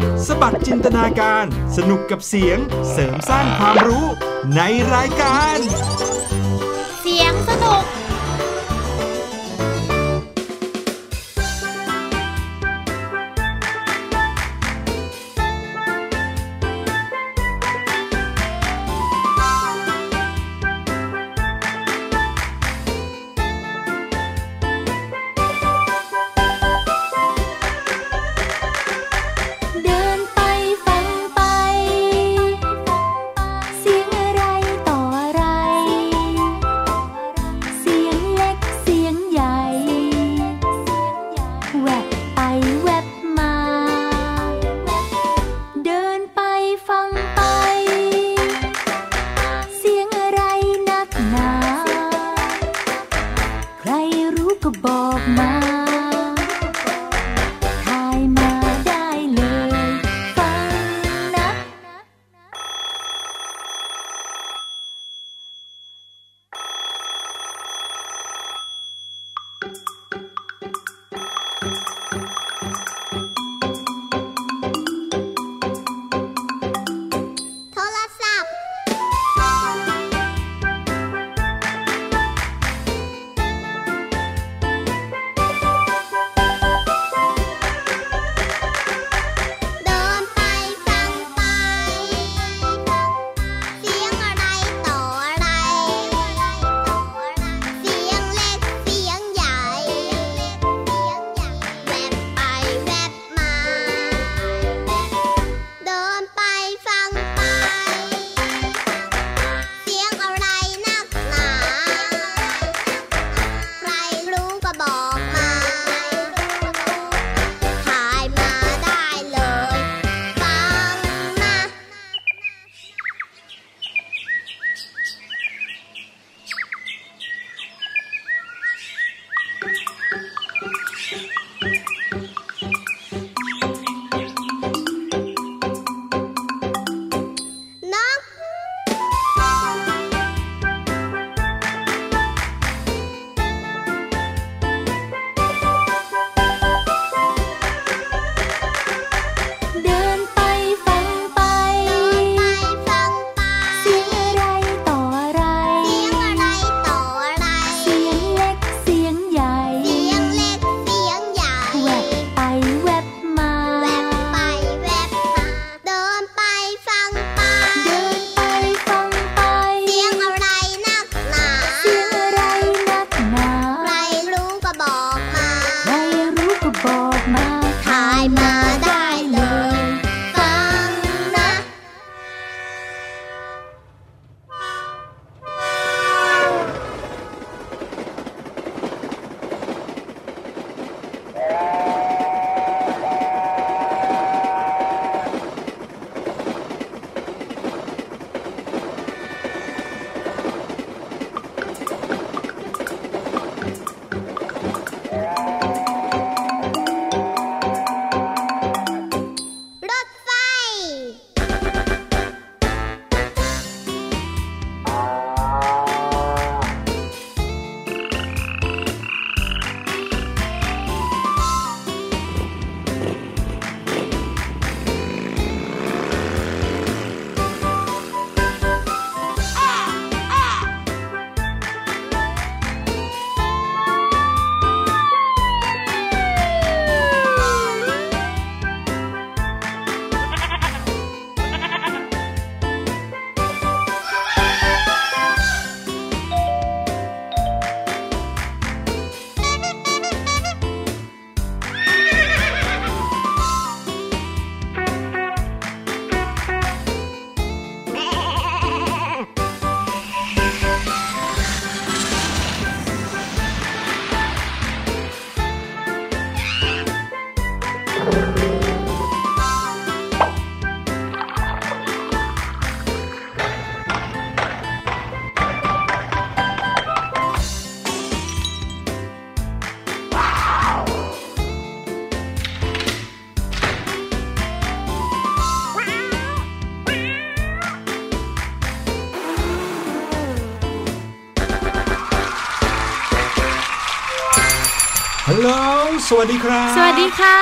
สบัดจินตนาการสนุกกับเสียงเสริมสร้างความรู้ในรายการเสียงสนุกฮัลโหลสวัสดีครับสวัสดีค่ะ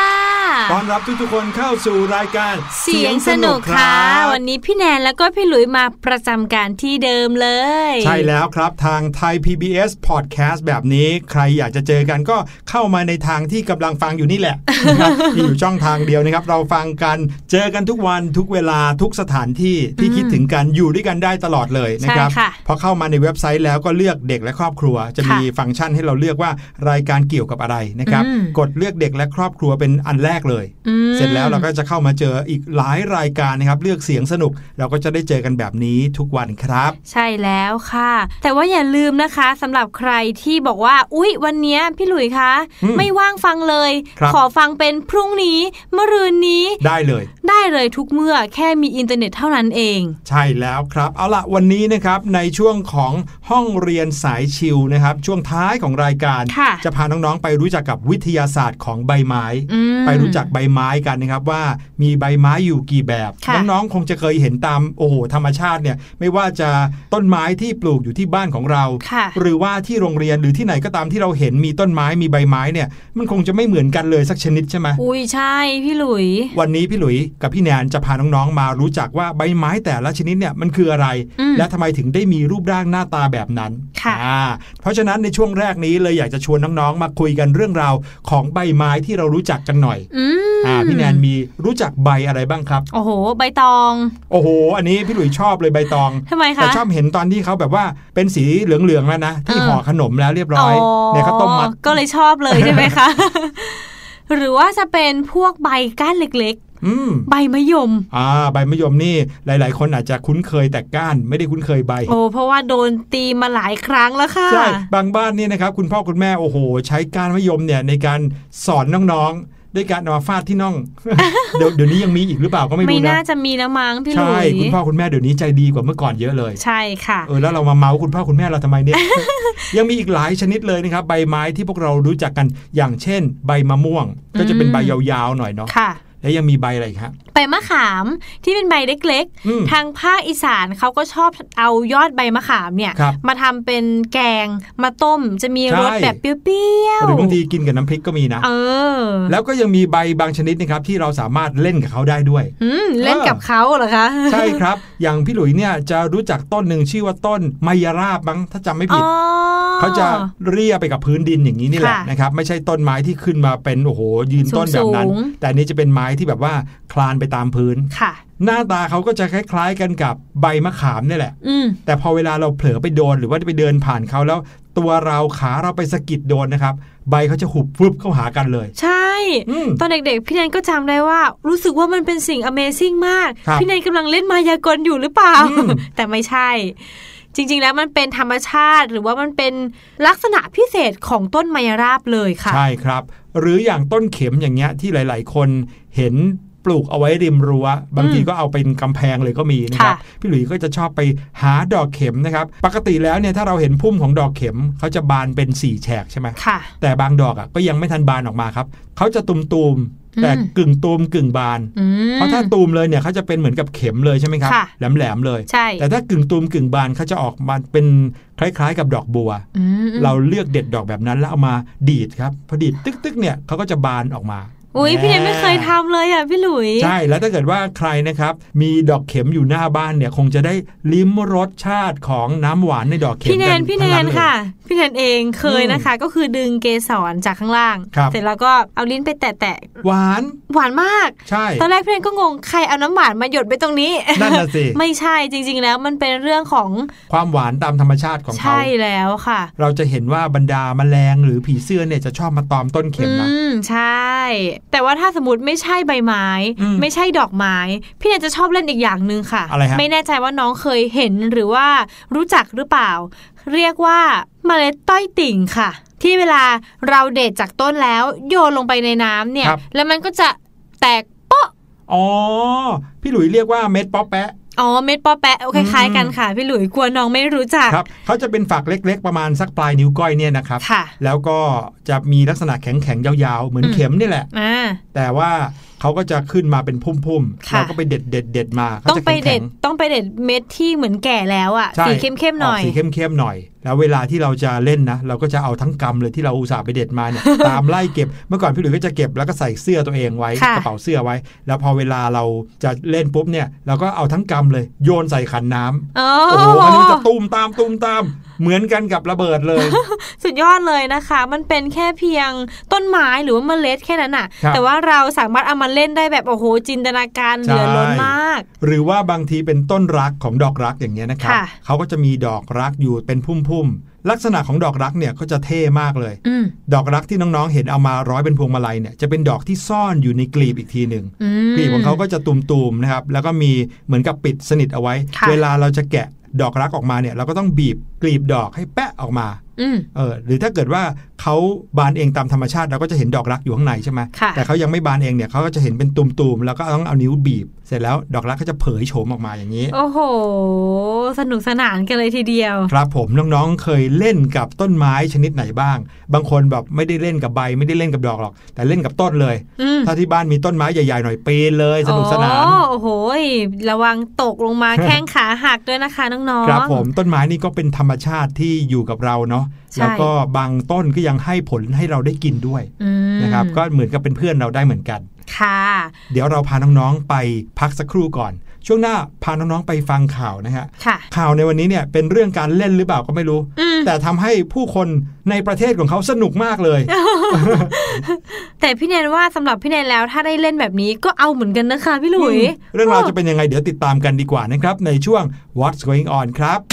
ต้อนรับทุกๆคนเข้าสู่รายการเสียงสนุกค่ะวันนี้พี่แนนแล้วก็พี่หลุยมาประจำการที่เดิมเลยใช่แล้วครับทาง Thai PBS Podcast แบบนี้ใครอยากจะเจอกันก็เข้ามาในทางที่กำลังฟังอยู่นี่แหละ มีอยู่ช่องทางเดียวนะครับเราฟังกันเจอกันทุกวันทุกเวลาทุกสถานที่ที่คิดถึงกันอยู่ด้วยกันได้ตลอดเลยนะครับพอเข้ามาในเว็บไซต์แล้วก็เลือกเด็กและครอบครัวจะมีฟังก์ชันให้เราเลือกว่ารายการเกี่ยวกับอะไรนะครับกดเลือกเด็กและครอบครัวเป็นอันแรกเลยเสร็จแล้วเราก็จะเข้ามาเจออีกหลายรายการนะครับเลือกเสียงสนุกเราก็จะได้เจอกันแบบนี้ทุกวันครับใช่แล้วค่ะแต่ว่าอย่าลืมนะคะสำหรับใครที่บอกว่าอุ๊ยวันนี้พี่หลุยคะไม่ว่างฟังเลยขอฟังเป็นพรุ่งนี้มะรืนนี้ได้เลยทุกเมื่อแค่มีอินเทอร์เน็ตเท่านั้นเองใช่แล้วครับเอาล่ะวันนี้นะครับในช่วงของห้องเรียนสายชิลนะครับช่วงท้ายของรายการจะพาน้องๆไปรู้จักกับวิทยาศาสตร์ของใบไม้ไปรู้จักใบไม้กันนะครับว่ามีใบไม้อยู่กี่แบบน้องๆคงจะเคยเห็นตามธรรมชาติเนี่ยไม่ว่าจะต้นไม้ที่ปลูกอยู่ที่บ้านของเราหรือว่าที่โรงเรียนหรือที่ไหนก็ตามที่เราเห็นมีต้นไม้มีใบไม้เนี่ยมันคงจะไม่เหมือนกันเลยสักชนิดใช่ไหมอุ้ยใช่พี่หลุยวันนี้พี่หลุยกับพี่แนนจะพาน้องๆมารู้จักว่าใบไม้แต่ละชนิดเนี่ยมันคืออะไรและทำไมถึงได้มีรูปร่างหน้าตาแบบนั้นเพราะฉะนั้นในช่วงแรกนี้เลยอยากจะชวนน้องๆมาคุยกันเรื่องราวของใบไม้ที่เรารู้จักกันหน่อยพี่แนนมีรู้จักใบอะไรบ้างครับโอ้โหใบตองโอ้โหอันนี้พี่หลุยชอบเลยใบตองทำไมคะแต่ชอบเห็นตอนที่เขาแบบว่าเป็นสีเหลืองๆแล้วนะที่ห่อขนมแล้วเรียบร้อยเนี่ยเขาต้มมัดก็เลยชอบเลยใช่ไหมคะ หรือว่าจะเป็นพวกใบก้านเล็กใบมะยมใบมะยมนี่หลายๆคนอาจจะคุ้นเคยแต่ก้านไม่ได้คุ้นเคยใบเพราะว่าโดนตีมาหลายครั้งแล้วค่ะใช่บางบ้านนี่นะครับคุณพ่อคุณแม่โอ้โหใช้ก้านมะยมเนี่ยในการสอนน้องๆด้วยการเอามาฟาดที่น่อง เดี๋ยวนี้ยังมีอีกหรือเปล่าก็ไม่รู้นะไม่น่าจะมีแล้วมั้งพี่หลุยใช่คุณพ่อคุณแม่เดี๋ยวนี้ใจดีกว่าเมื่อก่อนเยอะเลยใช่ค่ะแล้วเรามาเมาคุณพ่อคุณแม่เราทำไมเนี่ย ยังมีอีกหลายชนิดเลยนะครับใบไม้ที่พวกเรารู้จักกันอย่างเช่นใบมะม่วงก็จะเป็นใบยาวๆหน่อยเนาะแล้วยังมีใบอะไรครับใบมะขามที่เป็นใบเล็กๆทางภาคอีสานเขาก็ชอบเอายอดใบมะขามเนี่ยมาทำเป็นแกงมาต้มจะมีรสแบบเปรี้ยวๆหรือบางทีกินกับน้ำพริกก็มีนะแล้วก็ยังมีใบบางชนิดนะครับที่เราสามารถเล่นกับเขาได้ด้วยเล่นกับเขาเหรอคะใช่ครับอย่างพี่หลุยเนี่ยจะรู้จักต้นหนึ่งชื่อว่าต้นไมยราบมั้งถ้าจำไม่ผิดเขาจะเรียไปกับพื้นดินอย่างนี้นี่แหละนะครับไม่ใช่ต้นไม้ที่ขึ้นมาเป็นโอ้โหยืนต้นแบบนั้นแต่นี้จะเป็นไม้ที่แบบว่าคลานไปตามพื้นหน้าตาเขาก็จะคล้ายๆกันกับใบมะขามนี่แหละแต่พอเวลาเราเผลอไปโดนหรือว่าไปเดินผ่านเขาแล้วตัวเราขาเราไปสะกิดโดนนะครับใบเขาจะหุบฟึบเข้าหากันเลยใช่ตอนเด็กๆพี่แนนก็จำได้ว่ารู้สึกว่ามันเป็นสิ่ง Amazing มากพี่แนนกำลังเล่นมายากลอยู่หรือเปล่า แต่ไม่ใช่จริงๆแล้วมันเป็นธรรมชาติหรือว่ามันเป็นลักษณะพิเศษของต้นไมยราบเลยค่ะใช่ครับหรืออย่างต้นเข็มอย่างเงี้ยที่หลายๆคนเห็นปลูกเอาไว้ริมรั้วบางทีก็เอาเป็นกำแพงเลยก็มีนะครับพี่หลุยก็จะชอบไปหาดอกเข็มนะครับปกติแล้วเนี่ยถ้าเราเห็นพุ่มของดอกเข็มเขาจะบานเป็น4แฉกใช่ไหมแต่บางดอกก็ยังไม่ทันบานออกมาครับเขาจะตุมๆแต่กึ่งตูมกึ่งบานเพราะถ้าตูมเลยเนี่ยเขาจะเป็นเหมือนกับเข็มเลยใช่ไหมครับแหลมๆเลยแต่ถ้ากึ่งตูมกึ่งบานเขาจะออกมาเป็นคล้ายๆกับดอกบัวเราเลือกเด็ดดอกแบบนั้นแล้วเอามาดีดครับพอดีดตึกๆเนี่ยเขาก็จะบานออกมาอุ๊ยพี่แนนไม่เคยทำเลยอ่ะพี่หลุยใช่แล้วถ้าเกิดว่าใครนะครับมีดอกเข็มอยู่หน้าบ้านเนี่ยคงจะได้ลิ้มรสชาติของน้ำหวานในดอกเข็มพี่แนนค่ะพี่แนนเองเคยนะคะก็คือดึงเกสรจากข้างล่างเสร็จแล้วก็เอาลิ้นไปแตะหวานมากใช่ตอนแรกพี่แนนก็งงใครเอาน้ำหวานมาหยดไปตรงนี้นั่นน่ะสิไม่ใช่จริงๆแล้วมันเป็นเรื่องของความหวานตามธรรมชาติของเขาใช่แล้วค่ะเราจะเห็นว่าบรรดาแมลงหรือผีเสื้อเนี่ยจะชอบมาตอมต้นเข็มนะใช่แต่ว่าถ้าสมมติไม่ใช่ใบไม้ไม่ใช่ดอกไม้พี่แนนจะชอบเล่นอีกอย่างนึงค่ะไม่แน่ใจว่าน้องเคยเห็นหรือว่ารู้จักหรือเปล่าเรียกว่าเมล็ดต้อยติ่งค่ะที่เวลาเราเด็ดจากต้นแล้วโยนลงไปในน้ำเนี่ยแล้วมันก็จะแตกเปาะอ๋อพี่หลุยเรียกว่าเม็ดป๊อปแปะเม็ดป๊อปแปะคล้ายๆกันค่ะพี่หลุยกลัวน้องไม่รู้จักครับเขาจะเป็นฝักเล็กๆประมาณสักปลายนิ้วก้อยเนี่ยนะครับแล้วก็จะมีลักษณะแข็งๆยาวๆเหมือนเข็มนี่แหละแต่ว่าเขาก็จะขึ้นมาเป็นพุ่มๆแล้วก็ไปเด็ดมาต้องไปเด็ดเม็ดที่เหมือนแก่แล้วอ่ะสีเข้มๆหน่อยสีเข้มๆหน่อยแล้วเวลาที่เราจะเล่นนะเราก็จะเอาทั้งกำเลยที่เราอุตส่าห์ไปเด็ดมาเนี่ย ตามไล่เก็บเมื่อก่อนพี่หลุยก็จะเก็บแล้วก็ใส่เสื้อตัวเองไว้กระเป๋าเสื้อไว้แล้วพอเวลาเราจะเล่นปุ๊บเนี่ยเราก็เอาทั้งกำเลยโยนใส่ขันน้ำโอ้โหอันนี้จะตูมตามเหมือนกันกับระเบิดเลยสุดยอดเลยนะคะมันเป็นแค่เพียงต้นไม้หรือว่าเมล็ดแค่นั้นน่ะแต่ว่าเราสามารถเอามาเล่นได้แบบโอ้โหจินตนาการเหลือล้นมากหรือว่าบางทีเป็นต้นรักของดอกรักอย่างเงี้ยนะครับเขาก็จะมีดอกรักอยู่เป็นพุ่มลักษณะของดอกรักเนี่ยก็จะเท่มากเลยดอกรักที่น้องๆเห็นเอามาร้อยเป็นพวงมาลัยเนี่ยจะเป็นดอกที่ซ่อนอยู่ในกลีบอีกทีหนึ่งกลีบของเขาก็จะตุ่มๆนะครับแล้วก็มีเหมือนกับปิดสนิทเอาไว้เวลาเราจะแกะดอกรักออกมาเนี่ยเราก็ต้องบีบกลีบดอกให้แปะออกมาหรือถ้าเกิดว่าเขาบานเองตามธรรมชาติเราก็จะเห็นดอกรักอยู่ข้างในใช่ไหมแต่เขายังไม่บานเองเนี่ยเขาก็จะเห็นเป็นตุ่มๆแล้วก็ต้องเอานิ้วบีบเสร็จแล้วดอกรักก็จะเผยโฉมออกมาอย่างนี้โอ้โหสนุกสนานกันเลยทีเดียวครับผมน้องๆเคยเล่นกับต้นไม้ชนิดไหนบ้างบางคนแบบไม่ได้เล่นกับใบไม่ได้เล่นกับดอกหรอกแต่เล่นกับต้นเลยถ้าที่บ้านมีต้นไม้ใหญ่ๆหน่อยปีนเลยสนุกสนานโอ้โหระวังตกลงมาแข้งขาหักด้วยนะคะน้องๆครับผมต้นไม้นี่ก็เป็นธรรมชาติที่อยู่กับเราเนาะแล้วก็บางต้นก็ยังให้ผลให้เราได้กินด้วยนะครับก็เหมือนกับเป็นเพื่อนเราได้เหมือนกันค่ะเดี๋ยวเราพาน้องๆไปพักสักครู่ก่อนช่วงหน้าพาน้องๆไปฟังข่าวนะฮะข่าวในวันนี้เนี่ยเป็นเรื่องการเล่นหรือเปล่าก็ไม่รู้แต่ทำให้ผู้คนในประเทศของเขาสนุกมากเลยแต่พี่แนนว่าสำหรับพี่แนนแล้วถ้าได้เล่นแบบนี้ก็เอาเหมือนกันนะคะพี่หลุยเรื่องราวจะเป็นยังไงเดี๋ยวติดตามกันดีกว่านะครับในช่วง What's Going On ครับ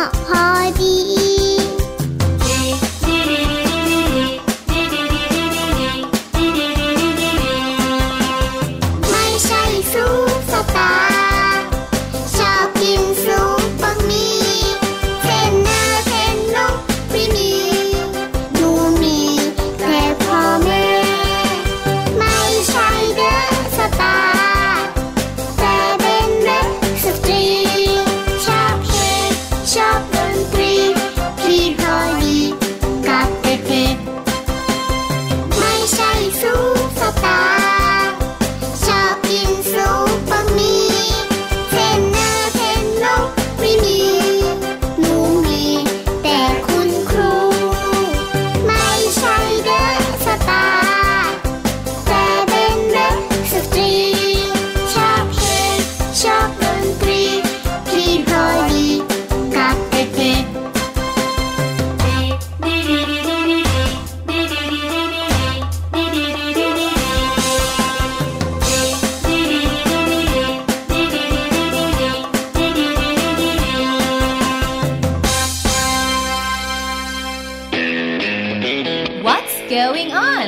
ะพอดีไม่ใช่ซุปสตาร์ชอบกินซุปบะหมี่เส้นหน้าเส้นนกไม่มีดูมีแต่พ่อแม่ไม่ใช่เดอะสตาร์แต่เป็นเดอะสตรีชอบเพลงชอบดนตรีพี่พอดีกับเด็กๆไม่ใช่ซุปสตาร์ชอบกินซุปบะหมี่เส้นหน้าเส้นนกไม่มีหนูมีแต่คุณครูไม่ใช่เดอะสตาร์แต่เป็นเดอะสตรีชอบเพลงชอบดนตรีพี่พอดีกับเด็กๆ What's going on?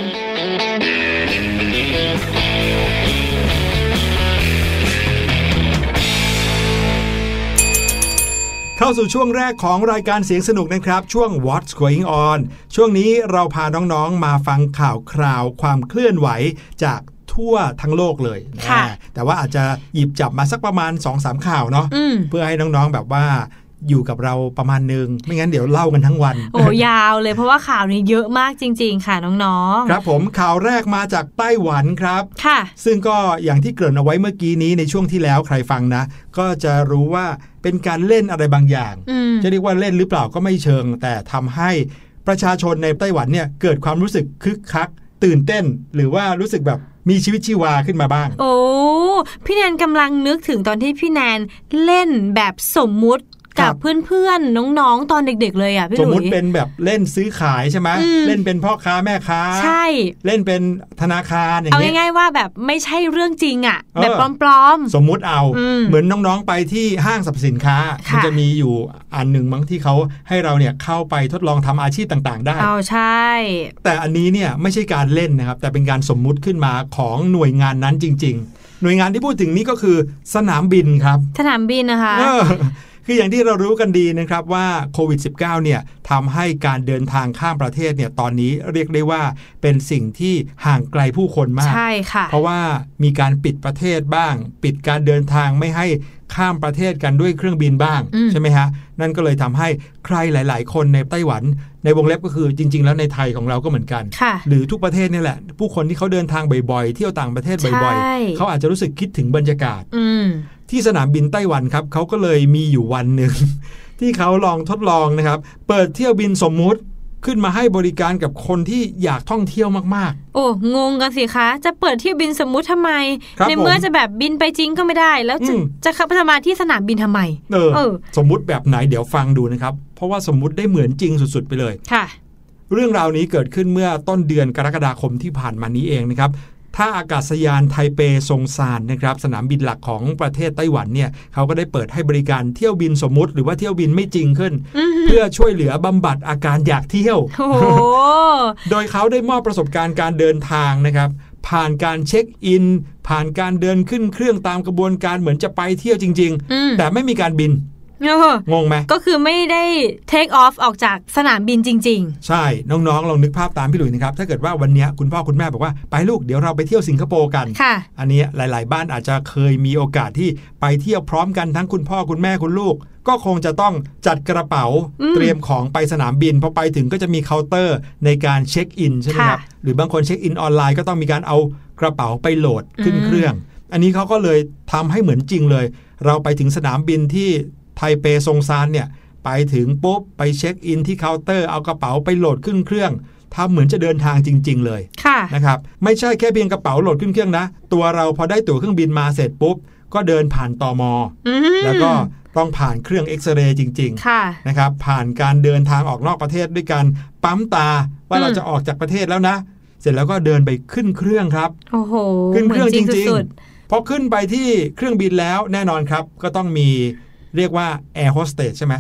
เข้าสู่ช่วงแรกของรายการเสียงสนุกนะครับช่วง What's Going On ช่วงนี้เราพาน้องๆมาฟังข่าวคราวความเคลื่อนไหวจากทั่วทั้งโลกเลยนะแต่ว่าอาจจะหยิบจับมาสักประมาณ 2-3 ข่าวเนาะเพื่อให้น้องๆแบบว่าอยู่กับเราประมาณนึงไม่งั้นเดี๋ยวเล่ากันทั้งวันโอ้ยาวเลยเพราะว่าข่าวนี้เยอะมากจริงๆค่ะน้องๆครับผมข่าวแรกมาจากไต้หวันครับค่ะซึ่งก็อย่างที่เกริ่นเอาไว้เมื่อกี้นี้ในช่วงที่แล้วใครฟังนะก็จะรู้ว่าเป็นการเล่นอะไรบางอย่างจะเรียกว่าเล่นหรือเปล่าก็ไม่เชิงแต่ทำให้ประชาชนในไต้หวันเนี่ยเกิดความรู้สึกคึกคักตื่นเต้นหรือว่ารู้สึกแบบมีชีวิตชีวาขึ้นมาบ้างโอ้พี่แนนกำลังนึกถึงตอนที่พี่แนนเล่นแบบสมมุติกับเพื่อนๆน้องๆตอนเด็กๆเลยอ่ะพี่หลุยสมมุติเป็นแบบเล่นซื้อขายใช่ไหมเล่นเป็นพ่อค้าแม่ค้าใช่เล่นเป็นธนาคารอย่างเงี้ยเอาง่ายๆว่าแบบไม่ใช่เรื่องจริงอ่ะแบบปลอมๆสมมุติเอาเหมือนน้องๆไปที่ห้างสรรพสินค้ามันจะมีอยู่อันหนึ่งมั้งที่เขาให้เราเนี่ยเข้าไปทดลองทำอาชีพต่างๆได้ใช่แต่อันนี้เนี่ยไม่ใช่การเล่นนะครับแต่เป็นการสมมุติขึ้นมาของหน่วยงานนั้นจริงๆหน่วยงานที่พูดถึงนี้ก็คือสนามบินครับสนามบินนะคะคืออย่างที่เรารู้กันดีนะครับว่าโควิด -19 เนี่ยทำให้การเดินทางข้ามประเทศเนี่ยตอนนี้เรียกได้ว่าเป็นสิ่งที่ห่างไกลผู้คนมากใช่ค่ะเพราะว่ามีการปิดประเทศบ้างปิดการเดินทางไม่ให้ข้ามประเทศกันด้วยเครื่องบินบ้างใช่ไหมฮะนั่นก็เลยทำให้ใครหลายๆคนในไต้หวันในวงเล็บก็คือจริงๆแล้วในไทยของเราก็เหมือนกันหรือทุกประเทศนี่แหละผู้คนที่เขาเดินทางบ่อยๆเที่ยวต่างประเทศบ่อยๆเขาอาจจะรู้สึกคิดถึงบรรยากาศที่สนามบินไต้หวันครับเขาก็เลยมีอยู่วันหนึ่ง ที่เขาลองทดลองนะครับเปิดเที่ยวบินสมมุติขึ้นมาให้บริการกับคนที่อยากท่องเที่ยวมากๆโอ้งงกันสิคะจะเปิดเที่ยวบินสมมุติทำไมในเมื่อจะแบบบินไปจริงก็ไม่ได้แล้วจะขับมาที่สนามบินทำไมสมมุติแบบไหนเดี๋ยวฟังดูนะครับเพราะว่าสมมุติได้เหมือนจริงสุดๆไปเลยค่ะเรื่องราวนี้เกิดขึ้นเมื่อต้นเดือนกรกฎาคมที่ผ่านมานี้เองนะครับท่าอากาศยานไทเปซงซานนะครับสนามบินหลักของประเทศไต้หวันเนี่ยเขาก็ได้เปิดให้บริการเที่ยวบินสมมุติหรือว่าเที่ยวบินไม่จริงขึ้นเพื่อช่วยเหลือบำบัดอาการอยากเที่ยว โดยเขาได้มอบประสบการณ์การเดินทางนะครับผ่านการเช็คอินผ่านการเดินขึ้นเครื่องตามกระบวนการเหมือนจะไปเที่ยวจริงๆแต่ไม่มีการบินงงไหมก็คือไม่ได้ take off ออกจากสนามบินจริงๆใช่น้องๆลองนึกภาพตามพี่หลุยนะครับถ้าเกิดว่าวันนี้คุณพ่อคุณแม่บอกว่าไปลูกเดี๋ยวเราไปเที่ยวสิงคโปร์กันอันนี้หลายๆบ้านอาจจะเคยมีโอกาสที่ไปเที่ยวพร้อมกันทั้งคุณพ่อคุณแม่คุณลูกก็คงจะต้องจัดกระเป๋าเตรียมของไปสนามบินพอไปถึงก็จะมีเคาน์เตอร์ในการเช็คอินใช่ไหมครับหรือบางคนเช็คอินออนไลน์ก็ต้องมีการเอากระเป๋าไปโหลดขึ้นเครื่องอันนี้เขาก็เลยทำให้เหมือนจริงเลยเราไปถึงสนามบินที่ไทเปซงซานเนี่ยไปถึงปุ๊บไปเช็คอินที่เคาน์เตอร์เอากระเป๋าไปโหลดขึ้นเครื่องทำเหมือนจะเดินทางจริงๆเลยนะครับไม่ใช่แค่เพียงกระเป๋าโหลดขึ้นเครื่องนะตัวเราพอได้ตั๋วเครื่องบินมาเสร็จปุ๊บก็เดินผ่านตม.แล้วก็ต้องผ่านเครื่องเอ็กซเรย์จริงๆนะครับผ่านการเดินทางออกนอกประเทศด้วยการปั๊มตาว่าเราจะออกจากประเทศแล้วนะเสร็จแล้วก็เดินไปขึ้นเครื่องครับโอ้โหขึ้นเครื่องจริงๆพอขึ้นไปที่เครื่องบินแล้วแน่นอนครับก็ต้องมีเรียกว่าแอร์โฮสเตสใช่ไหม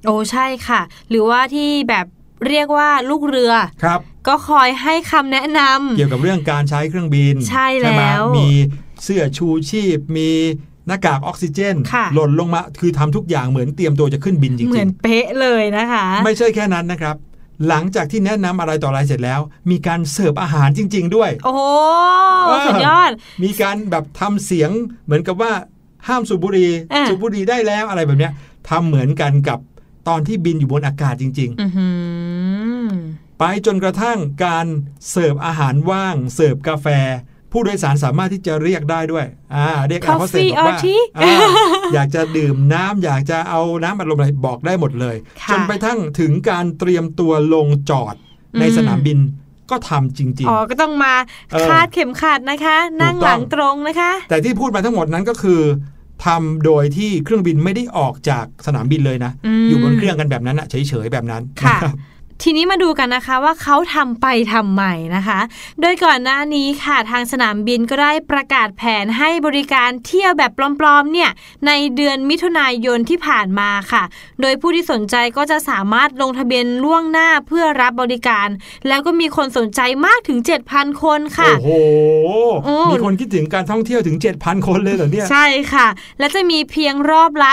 โอ้ใช่ค่ะหรือว่าที่แบบเรียกว่าลูกเรือครับก็คอยให้คำแนะนำเกี่ยวกับเรื่องการใช้เครื่องบินใช่แล้วมีเสื้อชูชีพมีหน้ากากออกซิเจนหล่นลงมาคือทำทุกอย่างเหมือนเตรียมตัวจะขึ้นบินจริงๆเหมือนเป๊ะเลยนะคะไม่ใช่แค่นั้นนะครับหลังจากที่แนะนำอะไรต่ออะไรเสร็จแล้วมีการเสิร์ฟอาหารจริงๆด้วยโอ้สุดยอดมีการแบบทำเสียงเหมือนกับว่าห้ามสูบบุหรี่ได้แล้วอะไรแบบเนี้ยทำเหมือนกันกับตอนที่บินอยู่บนอากาศจริงๆไปจนกระทั่งการเสิร์ฟอาหารว่างเสิร์ฟกาแฟผู้โดยสารสามารถที่จะเรียกได้ด้วยเรียกแอร์โฮสเตสบอกว่าอยากจะดื่มน้ำอยากจะเอาน้ำอัดลมอะไรบอกได้หมดเลยจนไปทั้งถึงการเตรียมตัวลงจอดในสนามบินก็ทำจริงๆก็ต้องมาคาดเข็มขัดนะคะนั่งหลังตรงนะคะแต่ที่พูดมาทั้งหมดนั้นก็คือทำโดยที่เครื่องบินไม่ได้ออกจากสนามบินเลยนะ อยู่บนเครื่องกันแบบนั้นเฉยๆแบบนั้นค่ะทีนี้มาดูกันนะคะว่าเขาทำไปทำใหม่นะคะโดยก่อนหน้านี้ค่ะทางสนามบินก็ได้ประกาศแผนให้บริการเที่ยวแบบปลอมๆเนี่ยในเดือนมิถุนายนที่ผ่านมาค่ะโดยผู้ที่สนใจก็จะสามารถลงทะเบียนล่วงหน้าเพื่อรับบริการแล้วก็มีคนสนใจมากถึง 7,000 คนค่ะโอ้โหมีคนคิดถึงการท่องเที่ยวถึง 7,000 คนเลยเหรอเนี่ยใช่ค่ะและจะมีเพียงรอบละ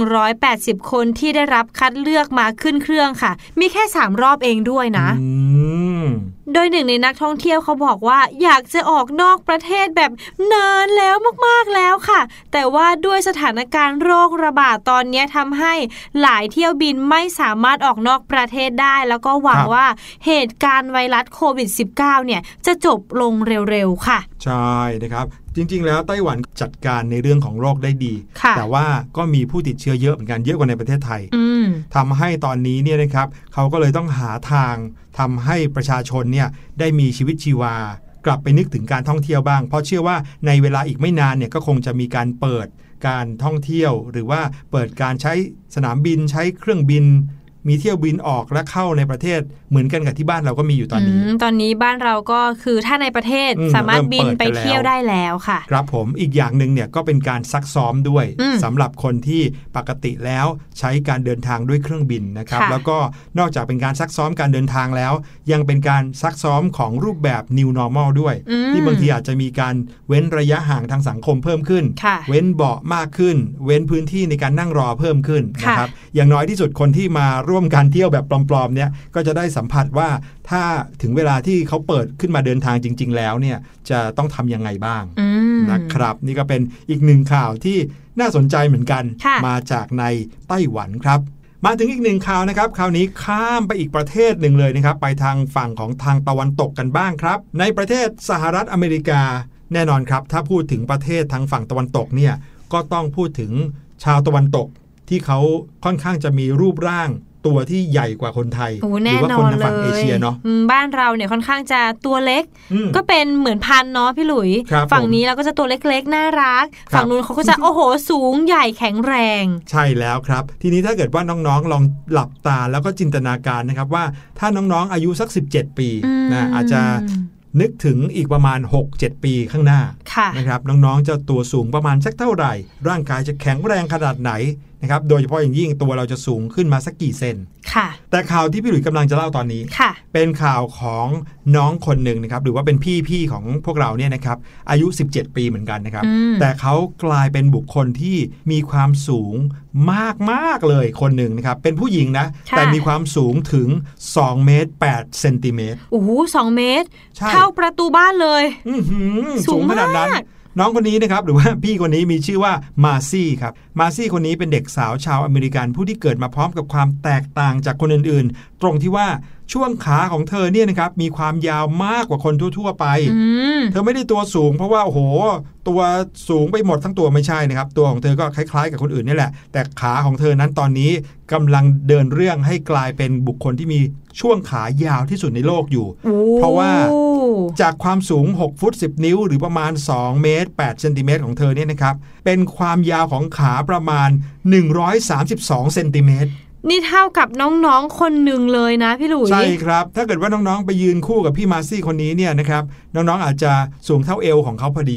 180คนที่ได้รับคัดเลือกมาขึ้นเครื่องค่ะมีแค่3รอบเองด้วยนะโดยหนึ่งในนักท่องเที่ยวเขาบอกว่าอยากจะออกนอกประเทศแบบนานแล้วมากๆแล้วค่ะแต่ว่าด้วยสถานการณ์โรคระบาดตอนนี้ทำให้หลายเที่ยวบินไม่สามารถออกนอกประเทศได้แล้วก็หวังว่าเหตุการณ์ไวรัสโควิด -19 เนี่ยจะจบลงเร็วๆค่ะใช่นะครับจริงๆแล้วไต้หวันจัดการในเรื่องของโรคได้ดีแต่ว่าก็มีผู้ติดเชื้อเยอะเหมือนกันเยอะกว่าในประเทศไทยทำให้ตอนนี้เนี่ยนะครับเขาก็เลยต้องหาทางทำให้ประชาชนเนี่ยได้มีชีวิตชีวากลับไปนึกถึงการท่องเที่ยวบ้างเพราะเชื่อว่าในเวลาอีกไม่นานเนี่ยก็คงจะมีการเปิดการท่องเที่ยวหรือว่าเปิดการใช้สนามบินใช้เครื่องบินมีเที่ยวบินออกและเข้าในประเทศเหมือนกันกับที่บ้านเราก็มีอยู่ตอนนี้ตอนนี้บ้านเราก็คือถ้าในประเทศสามารถบินไปเที่ยวได้แล้วค่ะครับผมอีกอย่างนึงเนี่ยก็เป็นการซักซ้อมด้วยสำหรับคนที่ปกติแล้วใช้การเดินทางด้วยเครื่องบินนะครับแล้วก็นอกจากเป็นการซักซ้อมการเดินทางแล้วยังเป็นการซักซ้อมของรูปแบบ New Normal ด้วยที่บางทีอาจจะมีการเว้นระยะห่างทางสังคมเพิ่มขึ้นเว้นเบาะมากขึ้นเว้นพื้นที่ในการนั่งรอเพิ่มขึ้นนะครับอย่างน้อยที่สุดคนที่มาร่วมการเที่ยวแบบปลอมๆเนี่ยก็จะได้สัมผัสว่าถ้าถึงเวลาที่เขาเปิดขึ้นมาเดินทางจริงๆแล้วเนี่ยจะต้องทำยังไงบ้างนะครับนี่ก็เป็นอีกหนึ่งข่าวที่น่าสนใจเหมือนกันมาจากในไต้หวันครับมาถึงอีกหนึ่งข่าวนะครับคราวนี้ข้ามไปอีกประเทศหนึ่งเลยนะครับไปทางฝั่งของทางตะวันตกกันบ้างครับในประเทศสหรัฐอเมริกาแน่นอนครับถ้าพูดถึงประเทศทางฝั่งตะวันตกเนี่ยก็ต้องพูดถึงชาวตะวันตกที่เขาค่อนข้างจะมีรูปร่างตัวที่ใหญ่กว่าคนไทยหรือว่าคนในฝั่งเอเชียเนาะบ้านเราเนี่ยค่อนข้างจะตัวเล็กก็เป็นเหมือนพันเนาะพี่หลุยฝั่งนี้เราก็จะตัวเล็กๆน่ารักฝั่งนู้นเขาก็จะโอ้โหสูงใหญ่แข็งแรงใช่แล้วครับทีนี้ถ้าเกิดว่าน้องๆลองหลับตาแล้วก็จินตนาการนะครับว่าถ้าน้องๆอายุสัก17ปีนะอาจจะนึกถึงอีกประมาณ 6-7 ปีข้างหน้านะครับน้องๆจะตัวสูงประมาณสักเท่าไหร่ร่างกายจะแข็งแรงขนาดไหนนะครับโดยเฉพาะอย่างยิ่งตัวเราจะสูงขึ้นมาสักกี่เซนแต่ข่าวที่พี่หลุยส์กำลังจะเล่าตอนนี้เป็นข่าวของน้องคนหนึ่งนะครับหรือว่าเป็นพี่ของพวกเราเนี่ยนะครับอายุ17ปีเหมือนกันนะครับแต่เขากลายเป็นบุคคลที่มีความสูงมากเลยคนหนึ่งนะครับเป็นผู้หญิงนะแต่มีความสูงถึง2 เมตร 8 เซนติเมตรโอ้โห2 เมตรเท่าประตูบ้านเลยสูงขนาดนั้นน้องคนนี้นะครับหรือว่าพี่คนนี้มีชื่อว่ามาซี่ครับมาซี่คนนี้เป็นเด็กสาวชาวอเมริกันผู้ที่เกิดมาพร้อมกับความแตกต่างจากคนอื่นๆตรงที่ว่าช่วงขาของเธอเนี่ยนะครับมีความยาวมากกว่าคนทั่วๆไปเธอไม่ได้ตัวสูงเพราะว่าโอ้โหตัวสูงไปหมดทั้งตัวไม่ใช่นะครับตัวของเธอก็คล้ายๆกับคนอื่นนี่แหละแต่ขาของเธอนั้นตอนนี้กำลังเดินเรื่องให้กลายเป็นบุคคลที่มีช่วงขายาวที่สุดในโลกอยู่เพราะว่าจากความสูง6 ฟุต 10 นิ้วหรือประมาณ2 เมตร 8 เซนติเมตรของเธอเนี่ยนะครับเป็นความยาวของขาประมาณ132 เซนติเมตรนี่เท่ากับน้องๆคนหนึ่งเลยนะพี่หลุยใช่ครับถ้าเกิดว่าน้องๆไปยืนคู่กับพี่มาซี่คนนี้เนี่ยนะครับน้องๆอาจจะสูงเท่าเอวของเขาพอดี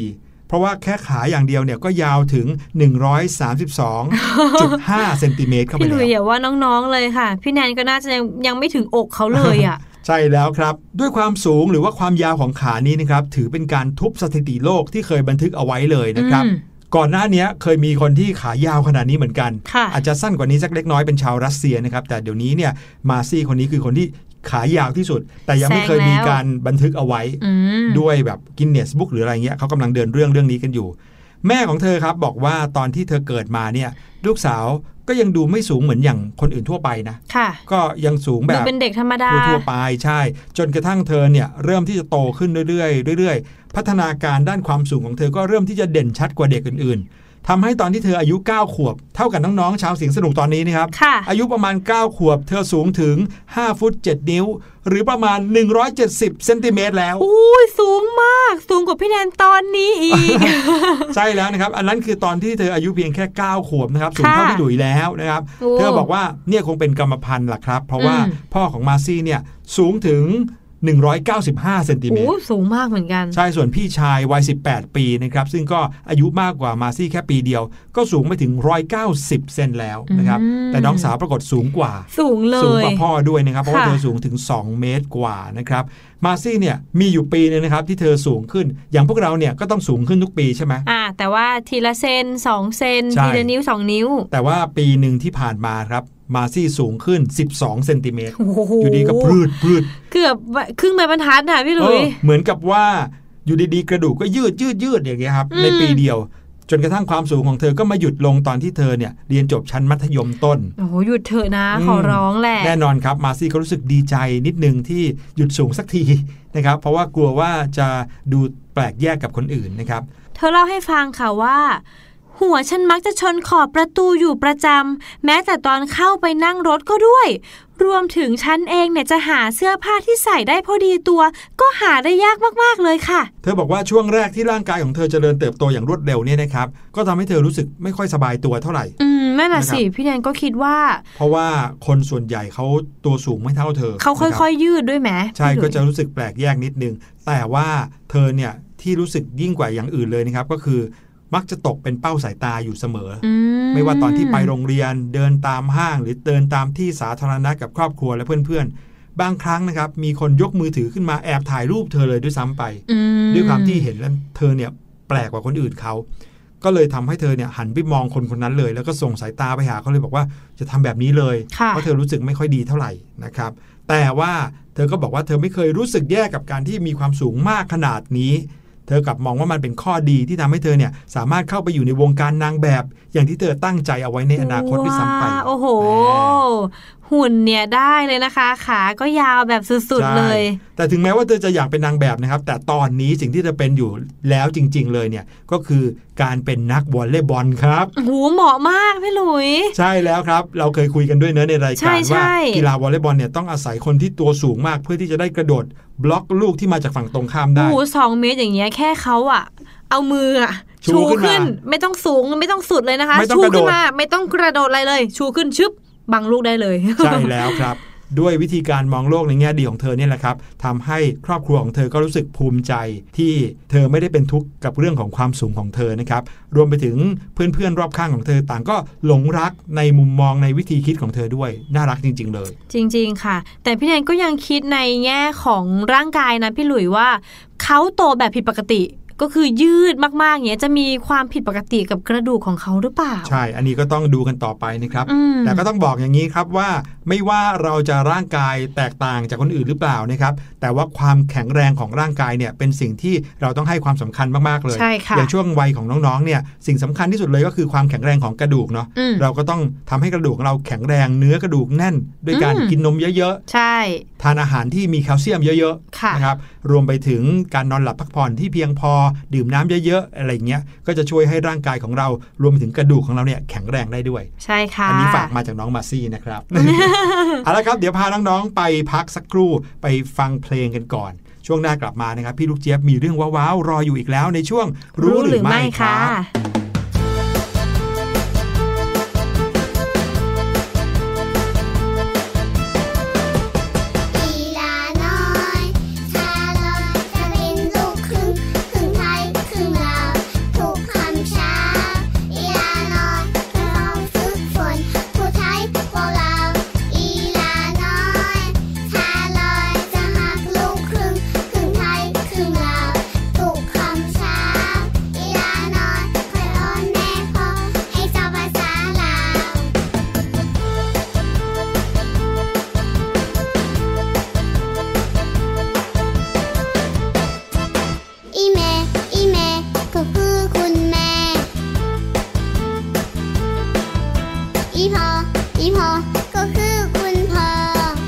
เพราะว่าแค่ขาอย่างเดียวเนี่ยก็ยาวถึง 132.5 เซนติเมตรเข้าไปแล้วพี่หลุยอย่าว่าน้องๆเลยค่ะพี่แนนก็น่าจะยังไม่ถึงอกเขาเลยอ่ะใช่แล้วครับด้วยความสูงหรือว่าความยาวของขานี้นะครับถือเป็นการทุบสถิติโลกที่เคยบันทึกเอาไว้เลยนะครับก่อนหน้านี้เคยมีคนที่ขายาวขนาดนี้เหมือนกันอาจจะสั้นกว่านี้สักเล็กน้อยเป็นชาวรัสเซียนะครับแต่เดี๋ยวนี้เนี่ยมาซี่คนนี้คือคนที่ขายาวที่สุดแต่ยังไม่เคยมีการบันทึกเอาไว้ด้วยแบบกินเนสบุ๊กหรืออะไรเงี้ยเขากำลังเดินเรื่องนี้กันอยู่แม่ของเธอครับบอกว่าตอนที่เธอเกิดมาเนี่ยลูกสาวก็ยังดูไม่สูงเหมือนอย่างคนอื่นทั่วไปนะก็ยังสูงแบบเป็นเด็กธรรมดาทั่วไปใช่จนกระทั่งเธอเนี่ยเริ่มที่จะโตขึ้นเรื่อยๆพัฒนาการด้านความสูงของเธอก็เริ่มที่จะเด่นชัดกว่าเด็กอื่นๆทำให้ตอนที่เธออายุ9ขวบเท่ากับน้องๆชาวเสียงสนุกตอนนี้นะครับอายุประมาณ9ขวบเธอสูงถึง5ฟุต7นิ้วหรือประมาณ170เซนติเมตรแล้วอุ้ยสูงมากสูงกว่าพี่แนนตอนนี้อีกใช่แล้วนะครับอันนั้นคือตอนที่เธออายุเพียงแค่9ขวบนะครับสูงเท่าพี่หลุยแล้วนะครับเธอบอกว่าเนี่ยคงเป็นกรรมพันธุ์ล่ะครับเพราะว่าพ่อของมาซี่เนี่ยสูงถึง195เซนติเมตรสูงมากเหมือนกันใช่ส่วนพี่ชายวัย18ปีนะครับซึ่งก็อายุมากกว่ามาซี่แค่ปีเดียวก็สูงไปถึง190เซนแล้วนะครับแต่น้องสาวปรากฏสูงกว่าสูงเลยสูงกว่าพ่อด้วยนะครับเพราะว่าเธอสูงถึง2เมตรกว่านะครับมาซี่เนี่ยมีอยู่ปีนึงนะครับที่เธอสูงขึ้นอย่างพวกเราเนี่ยก็ต้องสูงขึ้นทุกปีใช่ไหมแต่ว่าทีละเซน2เซนทีละนิ้ว2นิ้วแต่ว่าปีนึงที่ผ่านมาครับมาซี่สูงขึ้น12เซนติเมตรอยู่ดีก็พรืดเกือบครึ่งไม้บรรทัดน่ะพี่หลุยเหมือนกับว่าอยู่ดีๆกระดูกก็ยืดอย่างเงี้ยครับในปีเดียวจนกระทั่งความสูงของเธอก็มาหยุดลงตอนที่เธอเนี่ยเรียนจบชั้นมัธยมต้นโอ้โหหยุดเถอะนะขอร้องแหละแน่นอนครับมาซี่ก็รู้สึกดีใจนิดนึงที่หยุดสูงสักทีนะครับเพราะว่ากลัวว่าจะดูแปลกแยกกับคนอื่นนะครับเธอเล่าให้ฟังค่ะว่าหัวฉันมักจะชนขอบประตูอยู่ประจำแม้แต่ตอนเข้าไปนั่งรถก็ด้วยรวมถึงฉันเองเนี่ยจะหาเสื้อผ้าที่ใส่ได้พอดีตัวก็หาได้ยากมากๆเลยค่ะเธอบอกว่าช่วงแรกที่ร่างกายของเธอเจริญเติบโตอย่างรวดเร็วเนี่ยนะครับก็ทำให้เธอรู้สึกไม่ค่อยสบายตัวเท่าไหร่นั่นน่ะสิพี่แนนก็คิดว่าเพราะว่าคนส่วนใหญ่เขาตัวสูงไม่เท่าเธอเขาค่อยๆยืดด้วยไหมใช่ก็จะรู้สึกแปลกแยกนิดนึงแต่ว่าเธอเนี่ยที่รู้สึกยิ่งกว่าอย่างอื่นเลยนะครับก็คือมักจะตกเป็นเป้าสายตาอยู่เสมอไม่ว่าตอนที่ไปโรงเรียนเดินตามห้างหรือเดินตามที่สาธารณะกับครอบครัวและเพื่อนๆบางครั้งนะครับมีคนยกมือถือขึ้นมาแอบถ่ายรูปเธอเลยด้วยซ้ำไปด้วยความที่เห็นแล้วเธอเนี่ยแปลกกว่าคนอื่นเขาก็เลยทำให้เธอเนี่ยหันไปมองคนคนนั้นเลยแล้วก็ส่งสายตาไปหาเขาเลยบอกว่าจะทำแบบนี้เลยเพราะเธอรู้สึกไม่ค่อยดีเท่าไหร่นะครับแต่ว่าเธอก็บอกว่าเธอไม่เคยรู้สึกแย่กับการที่มีความสูงมากขนาดนี้เธอกลับมองว่ามันเป็นข้อดีที่ทำให้เธอเนี่ยสามารถเข้าไปอยู่ในวงการนางแบบอย่างที่เธอตั้งใจเอาไว้ในอนาคตด้วยซ้ำไปโอ้โหหุ่นเนี่ยได้เลยนะคะขาก็ยาวแบบสุดๆเลยแต่ถึงแม้ว่าเธอจะอยากเป็นนางแบบนะครับแต่ตอนนี้สิ่งที่เธอเป็นอยู่แล้วจริงๆเลยเนี่ยก็คือการเป็นนักวอลเลย์บอลครับโอ้โหเหมาะมากพี่หลุยใช่แล้วครับเราเคยคุยกันด้วยเนอะในรายการว่ากีฬาวอลเลย์บอลเนี่ยต้องอาศัยคนที่ตัวสูงมากเพื่อที่จะได้กระโดดบล็อกลูกที่มาจากฝั่งตรงข้ามได้โอ้โห2 เมตรอย่างเงี้ยแค่เขาอะเอามือชูขึ้นไม่ต้องสูงไม่ต้องสุดเลยนะคะชูขึ้นมาไม่ต้องกระโดดอะไรเลยชูขึ้นชึบบังลูกได้เลยใช่แล้วครับด้วยวิธีการมองโลกในแง่ดีของเธอเนี่ยแหละครับทำให้ครอบครัวของเธอก็รู้สึกภูมิใจที่เธอไม่ได้เป็นทุกข์กับเรื่องของความสูงของเธอนะครับรวมไปถึงเพื่อนๆรอบข้างของเธอต่างก็หลงรักในมุมมองในวิธีคิดของเธอด้วยน่ารักจริงๆเลยจริงๆค่ะแต่พี่แนนก็ยังคิดในแง่ของร่างกายนะพี่หลุยว่าเขาโตแบบผิดปกติก็คือยืดมากๆอย่างเงี้ยจะมีความผิดปกติกับกระดูกของเขาหรือเปล่าใช่อันนี้ก็ต้องดูกันต่อไปนะครับแต่ก็ต้องบอกอย่างนี้ครับว่าไม่ว่าเราจะร่างกายแตกต่างจากคนอื่นหรือเปล่านะครับแต่ว่าความแข็งแรงของร่างกายเนี่ยเป็นสิ่งที่เราต้องให้ความสำคัญมากๆเลยอย่างช่วงวัยของน้องๆเนี่ยสิ่งสำคัญที่สุดเลยก็คือความแข็งแรงของกระดูกเนาะเราก็ต้องทำให้กระดูกเราแข็งแรงเนื้อกระดูกแน่นด้วยการกินนมเยอะๆใช่ทานอาหารที่มีแคลเซียมเยอะๆนะครับรวมไปถึงการนอนหลับพักผ่อนที่เพียงพอดื่มน้ำเยอะๆอะไรเงี้ยก็จะช่วยให้ร่างกายของเรารวมไปถึงกระดูกของเราเนี่ยแข็งแรงได้ด้วยใช่ค่ะอันนี้ฝากมาจากน้องมาซี่นะครับ เอาละครับเดี๋ยวพาน้องๆไปพักสักครู่ไปฟังเพลงกันก่อนช่วงหน้ากลับมานะครับพี่ลูกเจี๊ยบมีเรื่องว้าวๆรออยู่อีกแล้วในช่วงรู้หรือไม่ค่ะเมีพ่อก็คือคุณพ่อ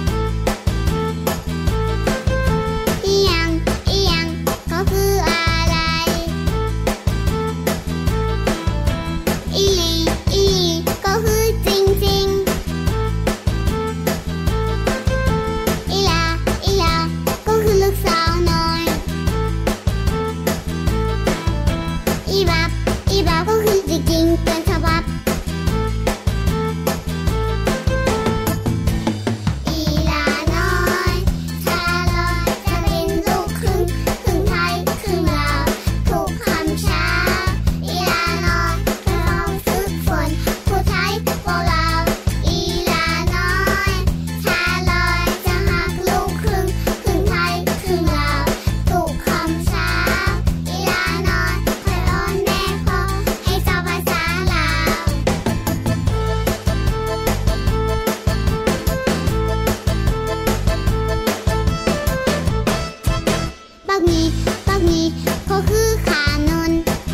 อีหยังก็คืออะไรอีหลีก็คือจริงๆอีหลาก็คือลูกสาวน้อยอีบับก็คือจริงๆเป็นฉบับอีหลาน้อยชาลอยจะเป็นลูกครึ่งไทยครึ่งลาวถูกคำช้าอีหลาน้อยก็ต้องฝึกฝนผู้ไทยพวกเราอีหลาน้อยชาลอยจะหักลูกครึ่งไทยครึ่งลาวถูกคำช้าอีหลาน้อยค่อยอ่อนแม่พอให้เจ้าภาษาลาวบักมีก็คือขานน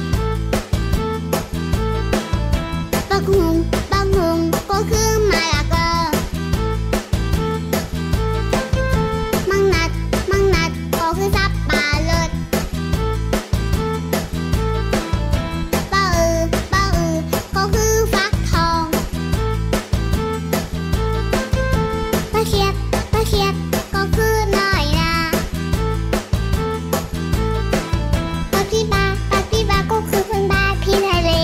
บักฮุงก็คือมะละกอมังนัดก็คือสับปะรดปะอือก็คือฟักทองปะเขียดก็คือน้อยนาปะปีบาก็คือเพิ่งบาพี่ทะเล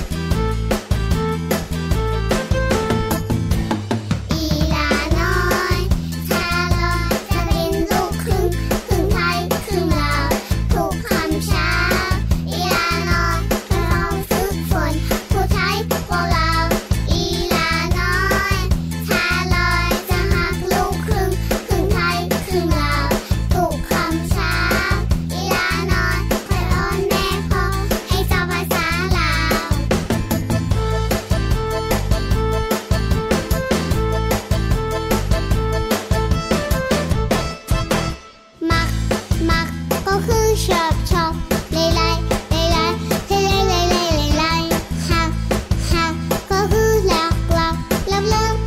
อีหลาน้อยชาลอยจะเป็นลูกครึ่งไทยครึ่งลาวถูกคำช้าอีหลาน้อยก็ต้องฝึกฝนผู้ไทยพวกเราอีหลาน้อยชาลอยจะหักลูกครึ่งไทยครึ่งลาวถูกคำช้าอีหลาน้อยค่อยอ่อนแม่พอให้เจ้าภาษาลาวมักก็คือชอบไล่เทไล่หักก็คือหลอกเลิฟ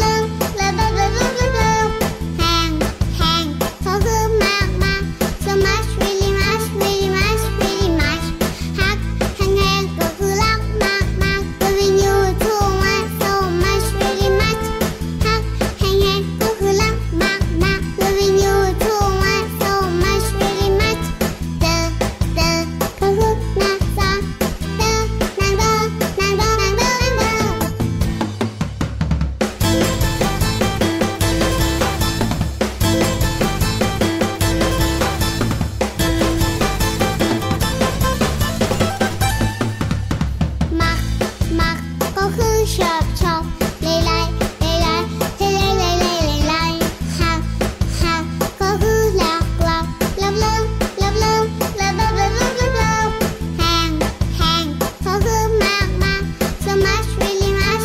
แฮงก็คือมาก so much really muchหักแฮงก็คือรักมาก loving you too much so much really much หักแฮงก็คือรักมาก loving you too much so much really much เดอก็คือนาซาเดอนางเดอมักก็คือชอบไล่เทไล่หักก็คือหลอกเลิฟแฮงก็คือมาก so much really much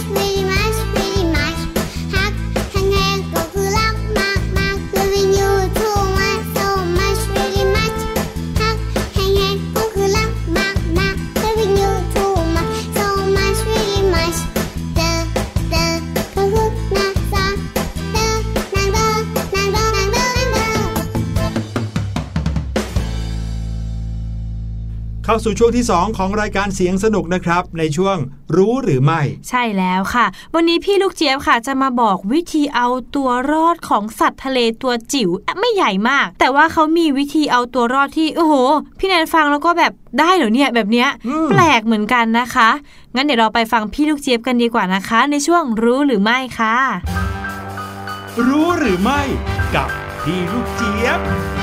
หักแฮงก็คือรักมาก loving you too much so much really much หักแฮงก็คือรักมาก loving you too much so much really much เดอก็คือนาซาเดอนางเดอเข้าสู่ช่วงที่2ของรายการเสียงสนุกนะครับในช่วงรู้หรือไม่ใช่แล้วค่ะวันนี้พี่ลูกเจี๊ยบค่ะจะมาบอกวิธีเอาตัวรอดของสัตว์ทะเลตัวจิ๋วไม่ใหญ่มากแต่ว่าเขามีวิธีเอาตัวรอดที่โอ้โหพี่แนนฟังแล้วก็แบบได้เหรอเนี่ยแบบเนี้ยแปลกเหมือนกันนะคะงั้นเดี๋ยวเราไปฟังพี่ลูกเจี๊ยบกันดีกว่านะคะในช่วงรู้หรือไม่ค่ะรู้หรือไม่กับพี่ลูกเจี๊ยบ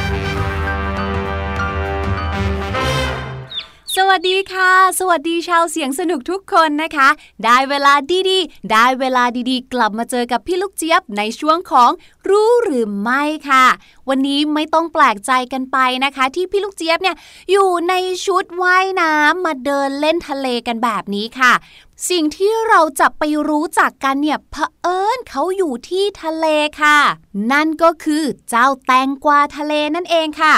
สวัสดีค่ะสวัสดีชาวเสียงสนุกทุกคนนะคะได้เวลาดีๆกลับมาเจอกับพี่ลูกเจี๊ยบในช่วงของรู้หรือไม่ค่ะวันนี้ไม่ต้องแปลกใจกันไปนะคะที่พี่ลูกเจี๊ยบเนี่ยอยู่ในชุดว่ายน้ำมาเดินเล่นทะเลกันแบบนี้ค่ะสิ่งที่เราจะไปรู้จักกันเนี่ยเผอิญเขาอยู่ที่ทะเลค่ะนั่นก็คือเจ้าแตงกวาทะเลนั่นเองค่ะ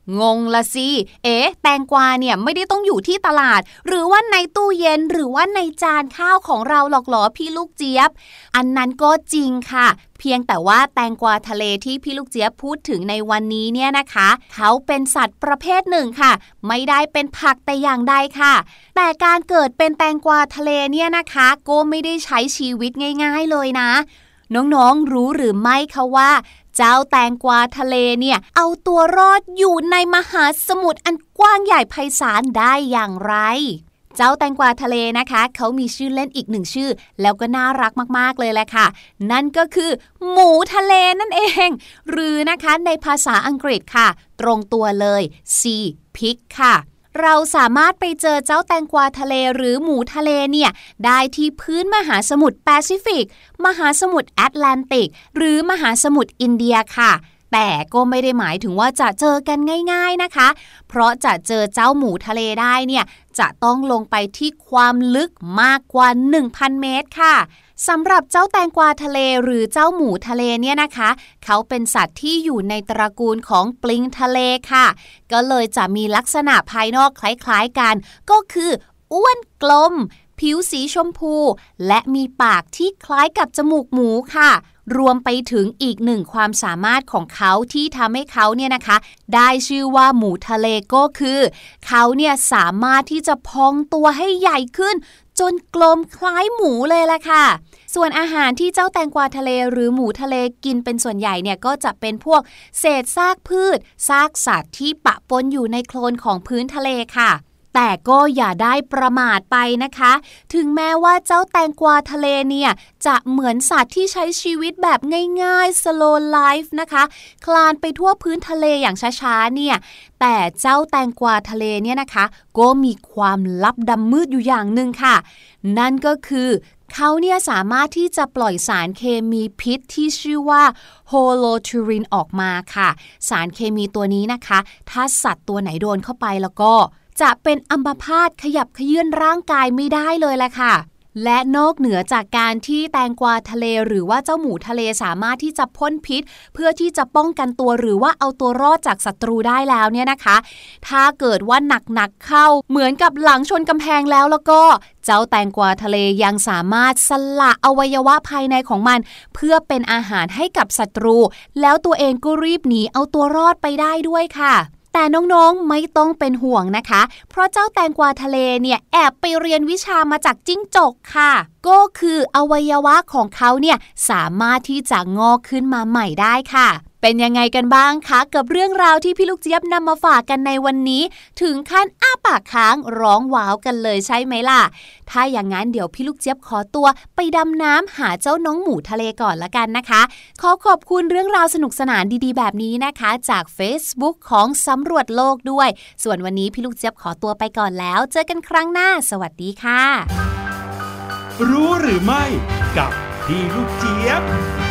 งงละสิแตงกวาเนี่ยไม่ได้ต้องอยู่ที่ตลาดหรือว่าในตู้เย็นหรือว่าในจานข้าวของเราหรอกเหรอพี่ลูกเจี๊ยบอันนั้นก็จริงค่ะเพียงแต่ว่าแตงกวาทะเลที่พี่ลูกเจี๊ยบพูดถึงในวันนี้เนี่ยนะคะเขาเป็นสัตว์ประเภทหนึ่งค่ะไม่ได้เป็นผักแต่อย่างใดค่ะแต่การเกิดเป็นแตงกวาทะเลเนี่ยนะคะก็ไม่ได้ใช้ชีวิตง่ายๆเลยนะน้องๆรู้หรือไม่คะว่าเจ้าแตงกวาทะเลเนี่ยเอาตัวรอดอยู่ในมหาสมุทรอันกว้างใหญ่ไพศาลได้อย่างไรเจ้าแตงกวาทะเลนะคะเขามีชื่อเล่นอีกหนึ่งชื่อแล้วก็น่ารักมากๆเลยแหละค่ะนั่นก็คือหมูทะเลนั่นเองหรือนะคะในภาษาอังกฤษค่ะตรงตัวเลย Sea Pig ค่ะเราสามารถไปเจอเจ้าแตงกวาทะเลหรือหมูทะเลเนี่ยได้ที่พื้นมหาสมุทรแปซิฟิกมหาสมุทรแอตแลนติกหรือมหาสมุทรอินเดียค่ะแต่ก็ไม่ได้หมายถึงว่าจะเจอกันง่ายๆนะคะเพราะจะเจอเจ้าหมูทะเลได้เนี่ยจะต้องลงไปที่ความลึกมากกว่า 1,000 เมตรค่ะสำหรับเจ้าแตงกวาทะเลหรือเจ้าหมูทะเลเนี่ยนะคะเขาเป็นสัตว์ที่อยู่ในตระกูลของปลิงทะเลค่ะก็เลยจะมีลักษณะภายนอกคล้ายๆกันก็คืออ้วนกลมผิวสีชมพูและมีปากที่คล้ายกับจมูกหมูค่ะรวมไปถึงอีกหนึ่งความสามารถของเขาที่ทำให้เขาเนี่ยนะคะได้ชื่อว่าหมูทะเลก็คือเขาเนี่ยสามารถที่จะพองตัวให้ใหญ่ขึ้นจนกลมคล้ายหมูเลยล่ะค่ะส่วนอาหารที่เจ้าแตงกวาทะเลหรือหมูทะเลกินเป็นส่วนใหญ่เนี่ยก็จะเป็นพวกเศษซากพืชซากสัตว์ที่ปะปนอยู่ในโคลนของพื้นทะเลค่ะแต่ก็อย่าได้ประมาทไปนะคะถึงแม้ว่าเจ้าแตงกวาทะเลเนี่ยจะเหมือนสัตว์ที่ใช้ชีวิตแบบง่ายๆ slow life นะคะคลานไปทั่วพื้นทะเลอย่างช้าๆเนี่ยแต่เจ้าแตงกวาทะเลเนี่ยนะคะก็มีความลับดำมืดอยู่อย่างหนึ่งค่ะนั่นก็คือเขาเนี่ยสามารถที่จะปล่อยสารเคมีพิษที่ชื่อว่าโฮโลทูรินออกมาค่ะสารเคมีตัวนี้นะคะถ้าสัตว์ตัวไหนโดนเข้าไปแล้วก็จะเป็นอัมพาตขยับเขยื้อนร่างกายไม่ได้เลยแหละค่ะและนอกเหนือจากการที่แตงกวาทะเลหรือว่าเจ้าหมูทะเลสามารถที่จะพ่นพิษเพื่อที่จะป้องกันตัวหรือว่าเอาตัวรอดจากศัตรูได้แล้วเนี่ยนะคะถ้าเกิดว่าหนักๆเข้าเหมือนกับหลังชนกำแพงแล้วก็เจ้าแตงกวาทะเลยังสามารถสละอวัยวะภายในของมันเพื่อเป็นอาหารให้กับศัตรูแล้วตัวเองก็รีบหนีเอาตัวรอดไปได้ด้วยค่ะแต่น้องๆไม่ต้องเป็นห่วงนะคะเพราะเจ้าแตงกวาทะเลเนี่ยแอบไปเรียนวิชามาจากจิ้งจกค่ะก็คืออวัยวะของเขาเนี่ยสามารถที่จะงอกขึ้นมาใหม่ได้ค่ะเป็นยังไงกันบ้างคะกับเรื่องราวที่พี่ลูกเจี๊ยบนำมาฝากกันในวันนี้ถึงขั้นอ้าปากค้างร้องว้าวกันเลยใช่ไหมล่ะถ้าอย่างนั้นเดี๋ยวพี่ลูกเจี๊ยบขอตัวไปดำน้ำหาเจ้าน้องหมูทะเลก่อนละกันนะคะขอบคุณเรื่องราวสนุกสนานดีๆแบบนี้นะคะจาก Facebook ของสำรวจโลกด้วยส่วนวันนี้พี่ลูกเจี๊ยบขอตัวไปก่อนแล้วเจอกันครั้งหน้าสวัสดีค่ะรู้หรือไม่กับพี่ลูกเจี๊ยบ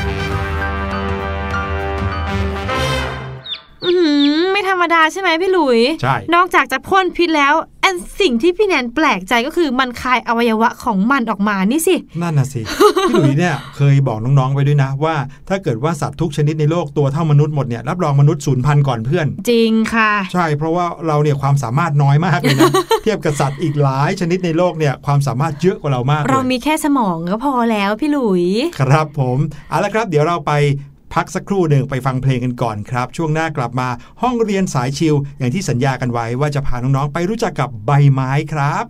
ไม่ธรรมดาใช่ไหมพี่หลุยใช่นอกจากจะพ่นพิษแล้วสิ่งที่พี่แนนแปลกใจก็คือมันคายอวัยวะของมันออกมานี่สินั่นน่ะสิ พี่หลุยเนี่ยเคยบอกน้องๆไว้ด้วยนะว่าถ้าเกิดว่าสัตว์ทุกชนิดในโลกตัวเท่ามนุษย์หมดเนี่ยรับรองมนุษย์สูญพันธุ์ก่อนเพื่อนจริงค่ะใช่เพราะว่าเราเนี่ยความสามารถน้อยมากเลยนะ เทียบกับสัตว์อีกหลายชนิดในโลกเนี่ยความสามารถเยอะกว่าเรามากเรามีแค่สมองก็พอแล้วพี่หลุยครับผมเอาละครับเดี๋ยวเราไปพักสักครู่หนึ่งไปฟังเพลงกันก่อนครับช่วงหน้ากลับมาห้องเรียนสายชิลอย่างที่สัญญากันไว้ว่าจะพาน้องๆไปรู้จักกับใบไม้ครับ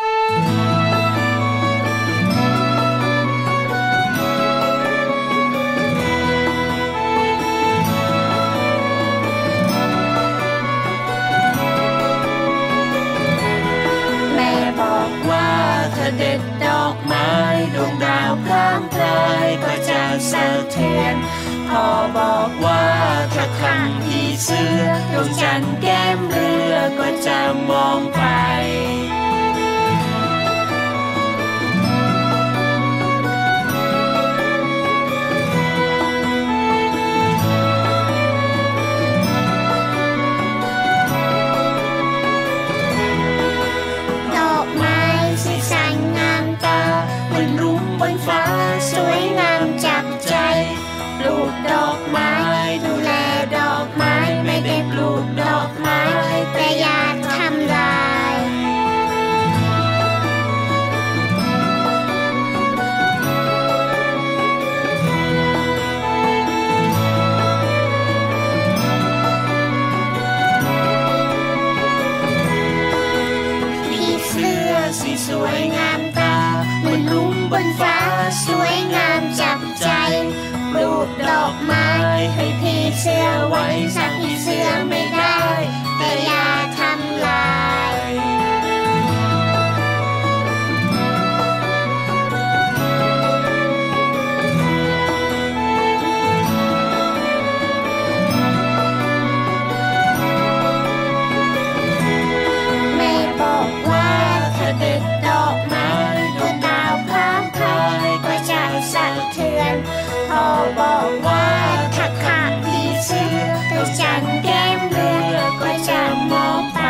แม่บอกว่าถ้าเด็ดดอกไม้ดวงดาวพร่างพรายก็จะสะเทือนพ่อบอกว่าถ้าคันผีเสื้อดวงจันทร์แก้มเรือก็จะมองไปดอกไม้สีสันงามตาบนรุ้งบนฟ้าสวยงามจับใจปลูกดอกไม้ดูแลดอกไม้ไม่ได้ปลูกดอกไม้สักที่เสื่อมไม่ได้แต่อย่าทำลายไม่บอกว่าถ้าเด็ดดอกไม้ดวงดาวพร่างพรายก็จะสะเทือนพอบอกว่าถ้าขาดผีเสื้อตัวจันแก้มเรือก็จะมองไป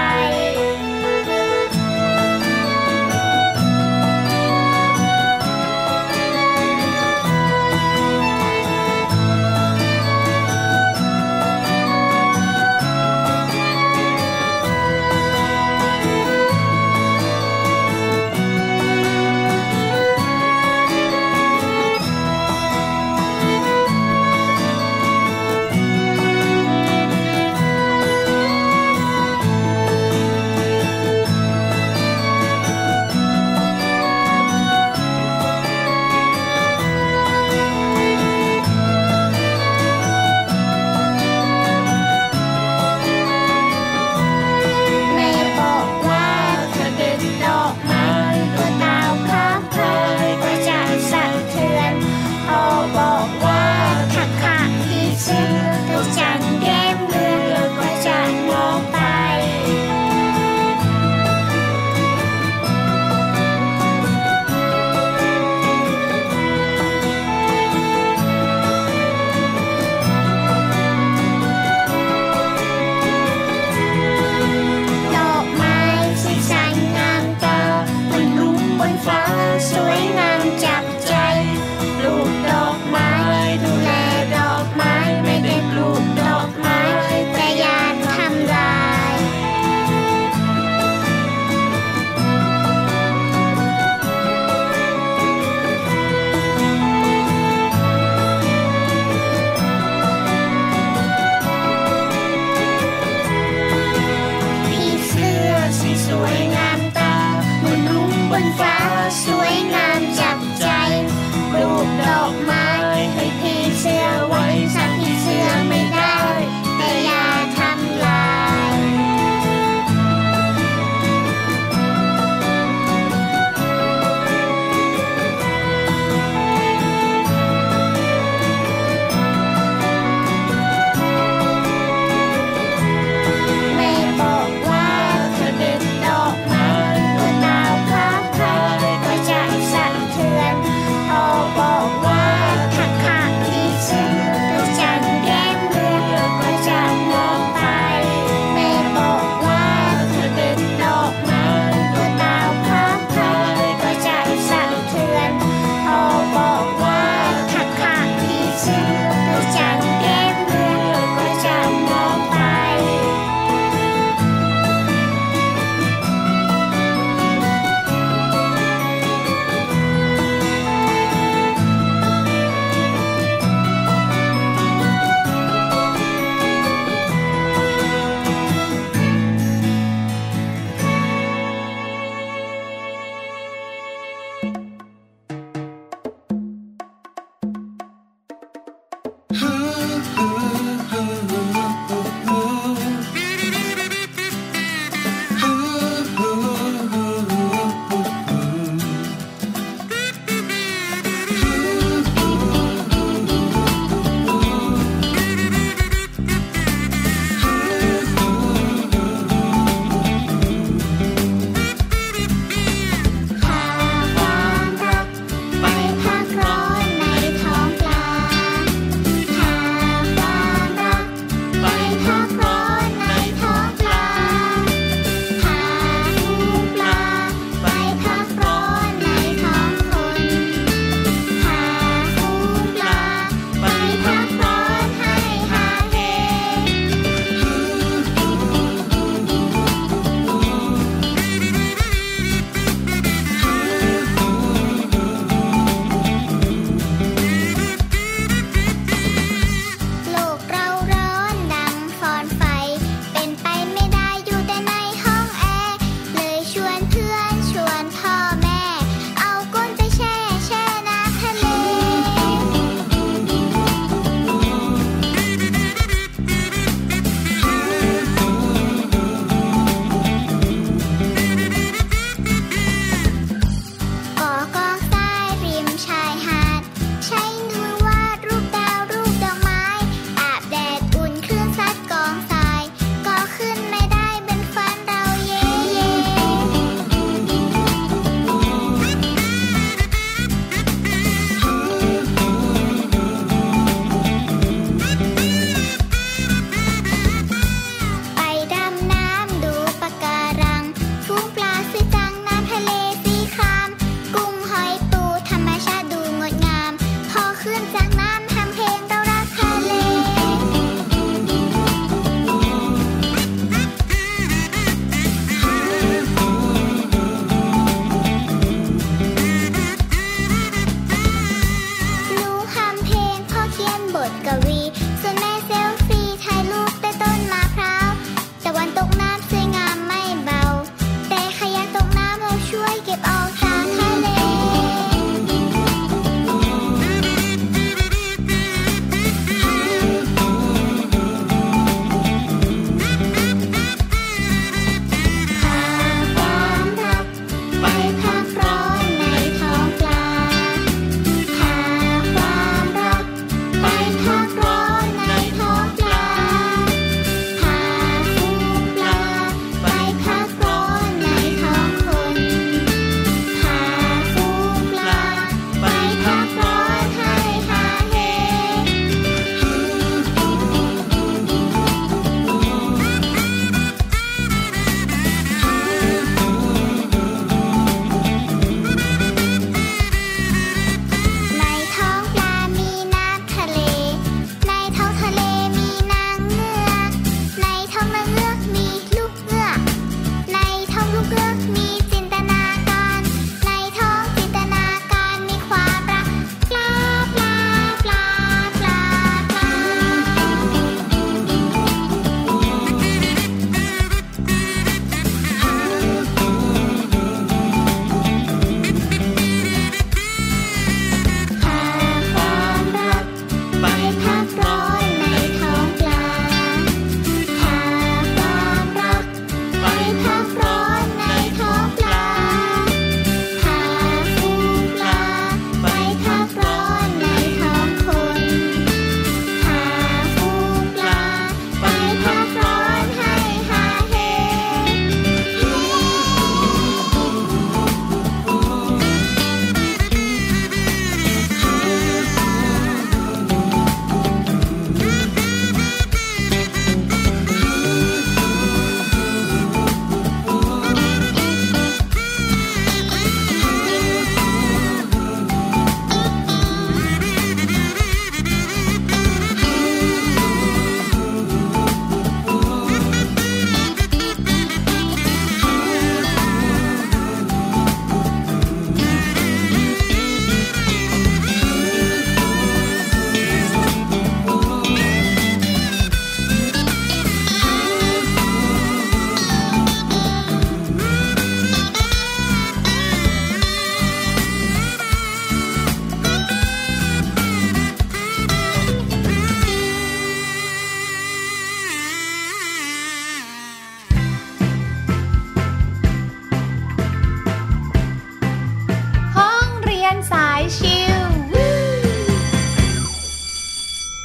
พาความรักไปพักร้อนในท้องปลา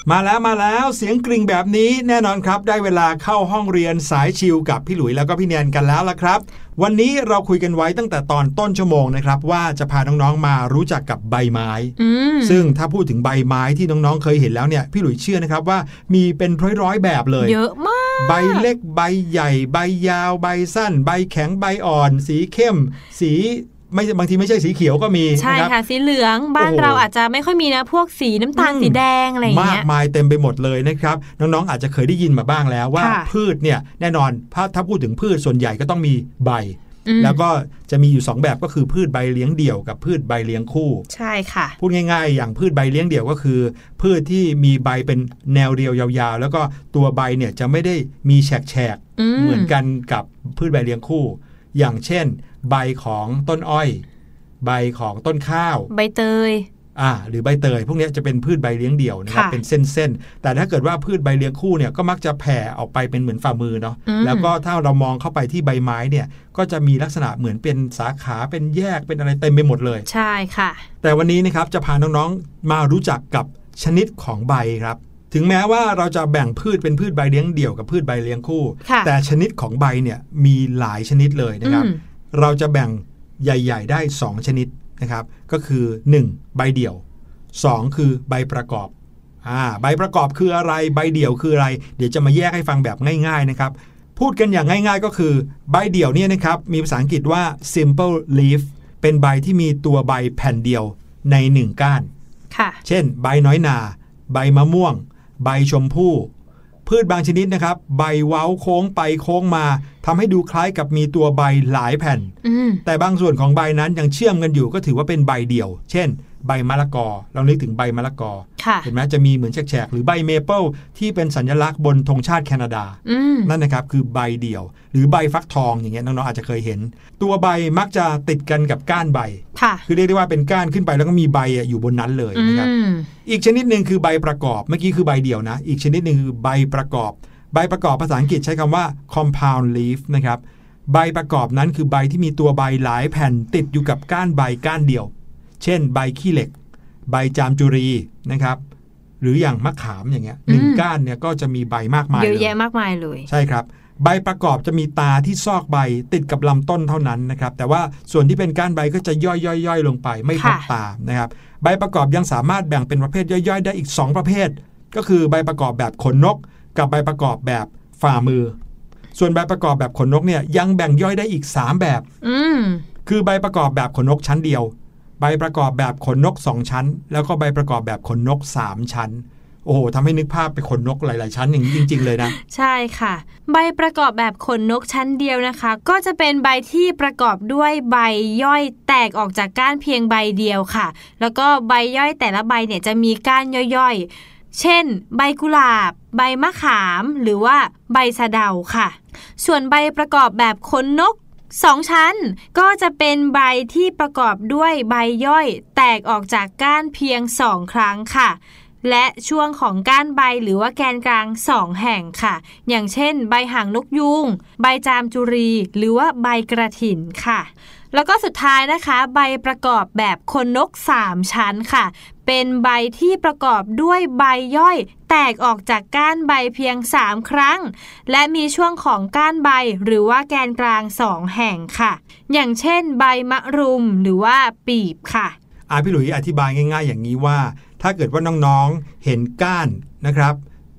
มาแล้วเสียงกริ่งแบบนี้แน่นอนครับได้เวลาเข้าห้องเรียนสายชิลกับพี่หลุยแล้วก็พี่แนนกันแล้วล่ะครับวันนี้เราคุยกันไว้ตั้งแต่ตอนต้นชั่วโมงนะครับว่าจะพาน้องๆมารู้จักกับใบไม้ซึ่งถ้าพูดถึงใบไม้ที่น้องๆเคยเห็นแล้วเนี่ยพี่หลุยเชื่อนะครับว่ามีเป็นร้อยๆแบบเลยเยอะมากใบเล็กใบใหญ่ใบยาวใบสั้นใบแข็งใบอ่อนสีเข้มสีไม่บางทีไม่ใช่สีเขียวก็มีใช่ค่ะสีเหลืองบ้านเราอาจจะไม่ค่อยมีนะพวกสีน้ำตาลสีแดงอะไรอย่างเงี้ยมากมายเต็มไปหมดเลยนะครับน้องๆอาจจะเคยได้ยินมาบ้างแล้วว่าพืชเนี่ยแน่นอนถ้าพูดถึงพืชส่วนใหญ่ก็ต้องมีใบแล้วก็จะมีอยู่2แบบก็คือพืชใบเลี้ยงเดี่ยวกับพืชใบเลี้ยงคู่ใช่ค่ะพูดง่ายๆอย่างพืชใบเลี้ยงเดี่ยวก็คือพืชที่มีใบเป็นแนวเรียวยาวๆแล้วก็ตัวใบเนี่ยจะไม่ได้มีแฉกๆเหมือนกันกับพืชใบเลี้ยงคู่อย่างเช่นใบของต้นอ้อยใบของต้นข้าวใบเตยหรือใบเตยพวกนี้จะเป็นพืชใบเลี้ยงเดี่ยวนะครับเป็นเส้นๆแต่ถ้าเกิดว่าพืชใบเลี้ยงคู่เนี่ยก็มักจะแผ่ออกไปเป็นเหมือนฝ่ามือเนาะแล้วก็ถ้าเรามองเข้าไปที่ใบไม้เนี่ยก็จะมีลักษณะเหมือนเป็นสาขาเป็นแยกเป็นอะไรเต็มไปหมดเลยใช่ค่ะแต่วันนี้นะครับจะพาน้องๆมารู้จักกับชนิดของใบครับถึงแม้ว่าเราจะแบ่งพืชเป็นพืชใบเลี้ยงเดี่ยวกับพืชใบเลี้ยงคู่แต่ชนิดของใบเนี่ยมีหลายชนิดเลยนะครับเราจะแบ่งใหญ่ๆได้2ชนิดนะครับก็คือ1ใบเดี่ยว2คือใบประกอบใบประกอบคืออะไรใบเดี่ยวคืออะไรเดี๋ยวจะมาแยกให้ฟังแบบง่ายๆนะครับพูดกันอย่างง่ายๆก็คือใบเดี่ยวเนี่ยนะครับมีภาษาอังกฤษว่า simple leaf เป็นใบที่มีตัวใบแผ่นเดียวใน1ก้านเช่นใบน้อยนาใบมะม่วงใบชมพู่พืชบางชนิดนะครับใบเว้าโค้งไปโค้งมาทำให้ดูคล้ายกับมีตัวใบหลายแผ่นแต่บางส่วนของใบนั้นยังเชื่อมกันอยู่ก็ถือว่าเป็นใบเดี่ยวเช่นใบมะละกอเรานึกถึงใบมะละกอเห็นไหมจะมีเหมือนแฉกๆหรือใบเมเปิลที่เป็นสัญลักษณ์บนธงชาติแคนาดานั่นนะครับคือใบเดี่ยวหรือใบฟักทองอย่างเงี้ยน้องๆอาจจะเคยเห็นตัวใบมักจะติดกันกับก้านใบคือเรียกได้ว่าเป็นก้านขึ้นไปแล้วก็มีใบอยู่บนนั้นเลยนะครับอีกชนิดนึงคือใบประกอบเมื่อกี้คือใบเดี่ยวนะอีกชนิดนึงคือใบประกอบใบประกอบภาษาอังกฤษใช้คำว่า compound leaf นะครับใบประกอบนั้นคือใบที่มีตัวใบหลายแผ่นติดอยู่กับก้านใบก้านเดียวเช่นใบขี้เหล็กใบจามจุรีนะครับหรืออย่างมะขามอย่างเงี้ย1ก้านเนี่ยก็จะมีใบมากมายเยอะแยะมากมายเลยใช่ครับใบประกอบจะมีตาที่ซอกใบติดกับลำต้นเท่านั้นนะครับแต่ว่าส่วนที่เป็นก้านใบก็จะย่อยๆลงไปไม่พบตานะครับใบประกอบยังสามารถแบ่งเป็นประเภทย่อยๆได้อีก2ประเภทก็คือใบประกอบแบบขนนกกับใบประกอบแบบฝ่ามือส่วนใบประกอบแบบขนนกเนี่ยยังแบ่งย่อยได้อีก3แบบคือใบประกอบแบบขนนกชั้นเดียวใบประกอบแบบขนนก2ชั้นแล้วก็ใบประกอบแบบขนนก3ชั้นโอ้โหทำให้นึกภาพไปขนนกหลายๆชั้นอย่างนี้จริงๆเลยนะใช่ค่ะใบประกอบแบบขนนกชั้นเดียวนะคะก็จะเป็นใบที่ประกอบด้วยใบย่อยแตกออกจากก้านเพียงใบเดียวค่ะแล้วก็ใบย่อยแต่ละใบเนี่ยจะมีก้านย่อยๆเช่นใบกุหลาบใบมะขามหรือว่าใบสะเดาค่ะส่วนใบประกอบแบบขนนก2ชั้นก็จะเป็นใบที่ประกอบด้วยใบย่อยแตกออกจากก้านเพียง2ครั้งค่ะและช่วงของก้านใบหรือว่าแกนกลาง2แห่งค่ะอย่างเช่นใบหางนกยูงใบจามจุรีหรือว่าใบกระถินค่ะแล้วก็สุดท้ายนะคะใบประกอบแบบขนนก3ชั้นค่ะเป็นใบที่ประกอบด้วยใบย่อยแตกออกจากก้านใบเพียง3ครั้งและมีช่วงของก้านใบหรือว่าแกนกลาง2แห่งค่ะอย่างเช่นใบมะรุมหรือว่าปีบค่ะพี่หลุยอธิบายง่ายๆอย่างนี้ว่าถ้าเกิดว่าน้องๆเห็นก้านนะครับ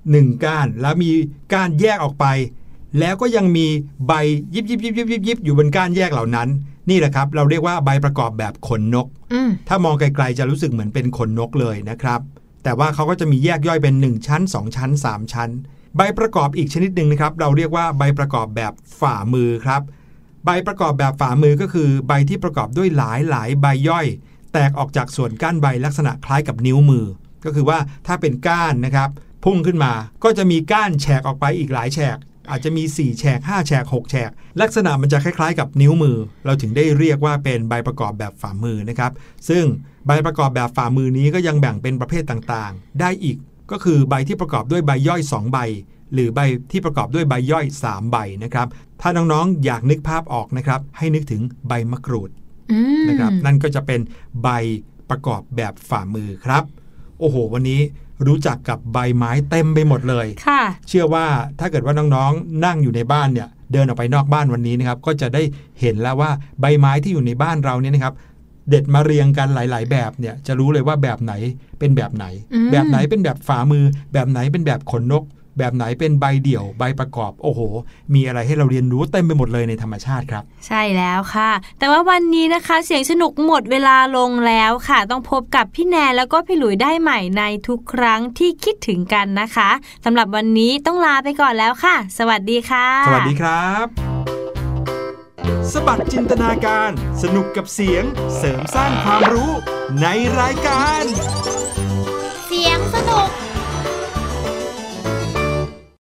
1ก้านแล้วมีก้านแยกออกไปแล้วก็ยังมีใบยิบอยู่บนก้านแยกเหล่านั้นนี่แหละครับเราเรียกว่าใบประกอบแบบขนนกถ้ามองไกลๆจะรู้สึกเหมือนเป็นขนนกเลยนะครับแต่ว่าเขาก็จะมีแยกย่อยเป็น1ชั้น2ชั้น3ชั้นใบประกอบอีกชนิดนึงนะครับเราเรียกว่าใบประกอบแบบฝ่ามือครับใบประกอบแบบฝ่ามือก็คือใบที่ประกอบด้วยหลายใบย่อยแตกออกจากส่วนก้านใบลักษณะคล้ายกับนิ้วมือก็คือว่าถ้าเป็นก้านนะครับพุ่งขึ้นมาก็จะมีก้านแฉกออกไปอีกหลายแฉกอาจจะมี4แฉก5แฉก6แฉกลักษณะมันจะคล้ายๆกับนิ้วมือเราถึงได้เรียกว่าเป็นใบประกอบแบบฝ่ามือนะครับซึ่งใบประกอบแบบฝ่ามือนี้ก็ยังแบ่งเป็นประเภทต่างๆได้อีกก็คือใบที่ประกอบด้วยใบย่อย2ใบหรือใบที่ประกอบด้วยใบย่อย3ใบนะครับถ้าน้องๆอยากนึกภาพออกนะครับให้นึกถึงใบมะกรูดนะครับนั่นก็จะเป็นใบประกอบแบบฝ่ามือครับโอ้โหวันนี้รู้จักกับใบไม้เต็มไปหมดเลยค่ะเชื่อว่าถ้าเกิดว่าน้องๆนั่งอยู่ในบ้านเนี่ยเดินออกไปนอกบ้านวันนี้นะครับก็จะได้เห็นแล้วว่าใบไม้ที่อยู่ในบ้านเราเนี่ยนะครับเด็ดมาเรียงกันหลายๆแบบเนี่ยจะรู้เลยว่าแบบไหนเป็นแบบไหนแบบไหนเป็นแบบฝ่ามือแบบไหนเป็นแบบขนนกแบบไหนเป็นใบเดี่ยวใบประกอบโอ้โหมีอะไรให้เราเรียนรู้เต็มไปหมดเลยในธรรมชาติครับใช่แล้วค่ะแต่ว่าวันนี้นะคะเสียงสนุกหมดเวลาลงแล้วค่ะต้องพบกับพี่แนนแล้วก็พี่หลุยได้ใหม่ในทุกครั้งที่คิดถึงกันนะคะสำหรับวันนี้ต้องลาไปก่อนแล้วค่ะสวัสดีค่ะสวัสดีครับสบัดจินตนาการสนุกกับเสียงเสริมสร้างความรู้ในรายการ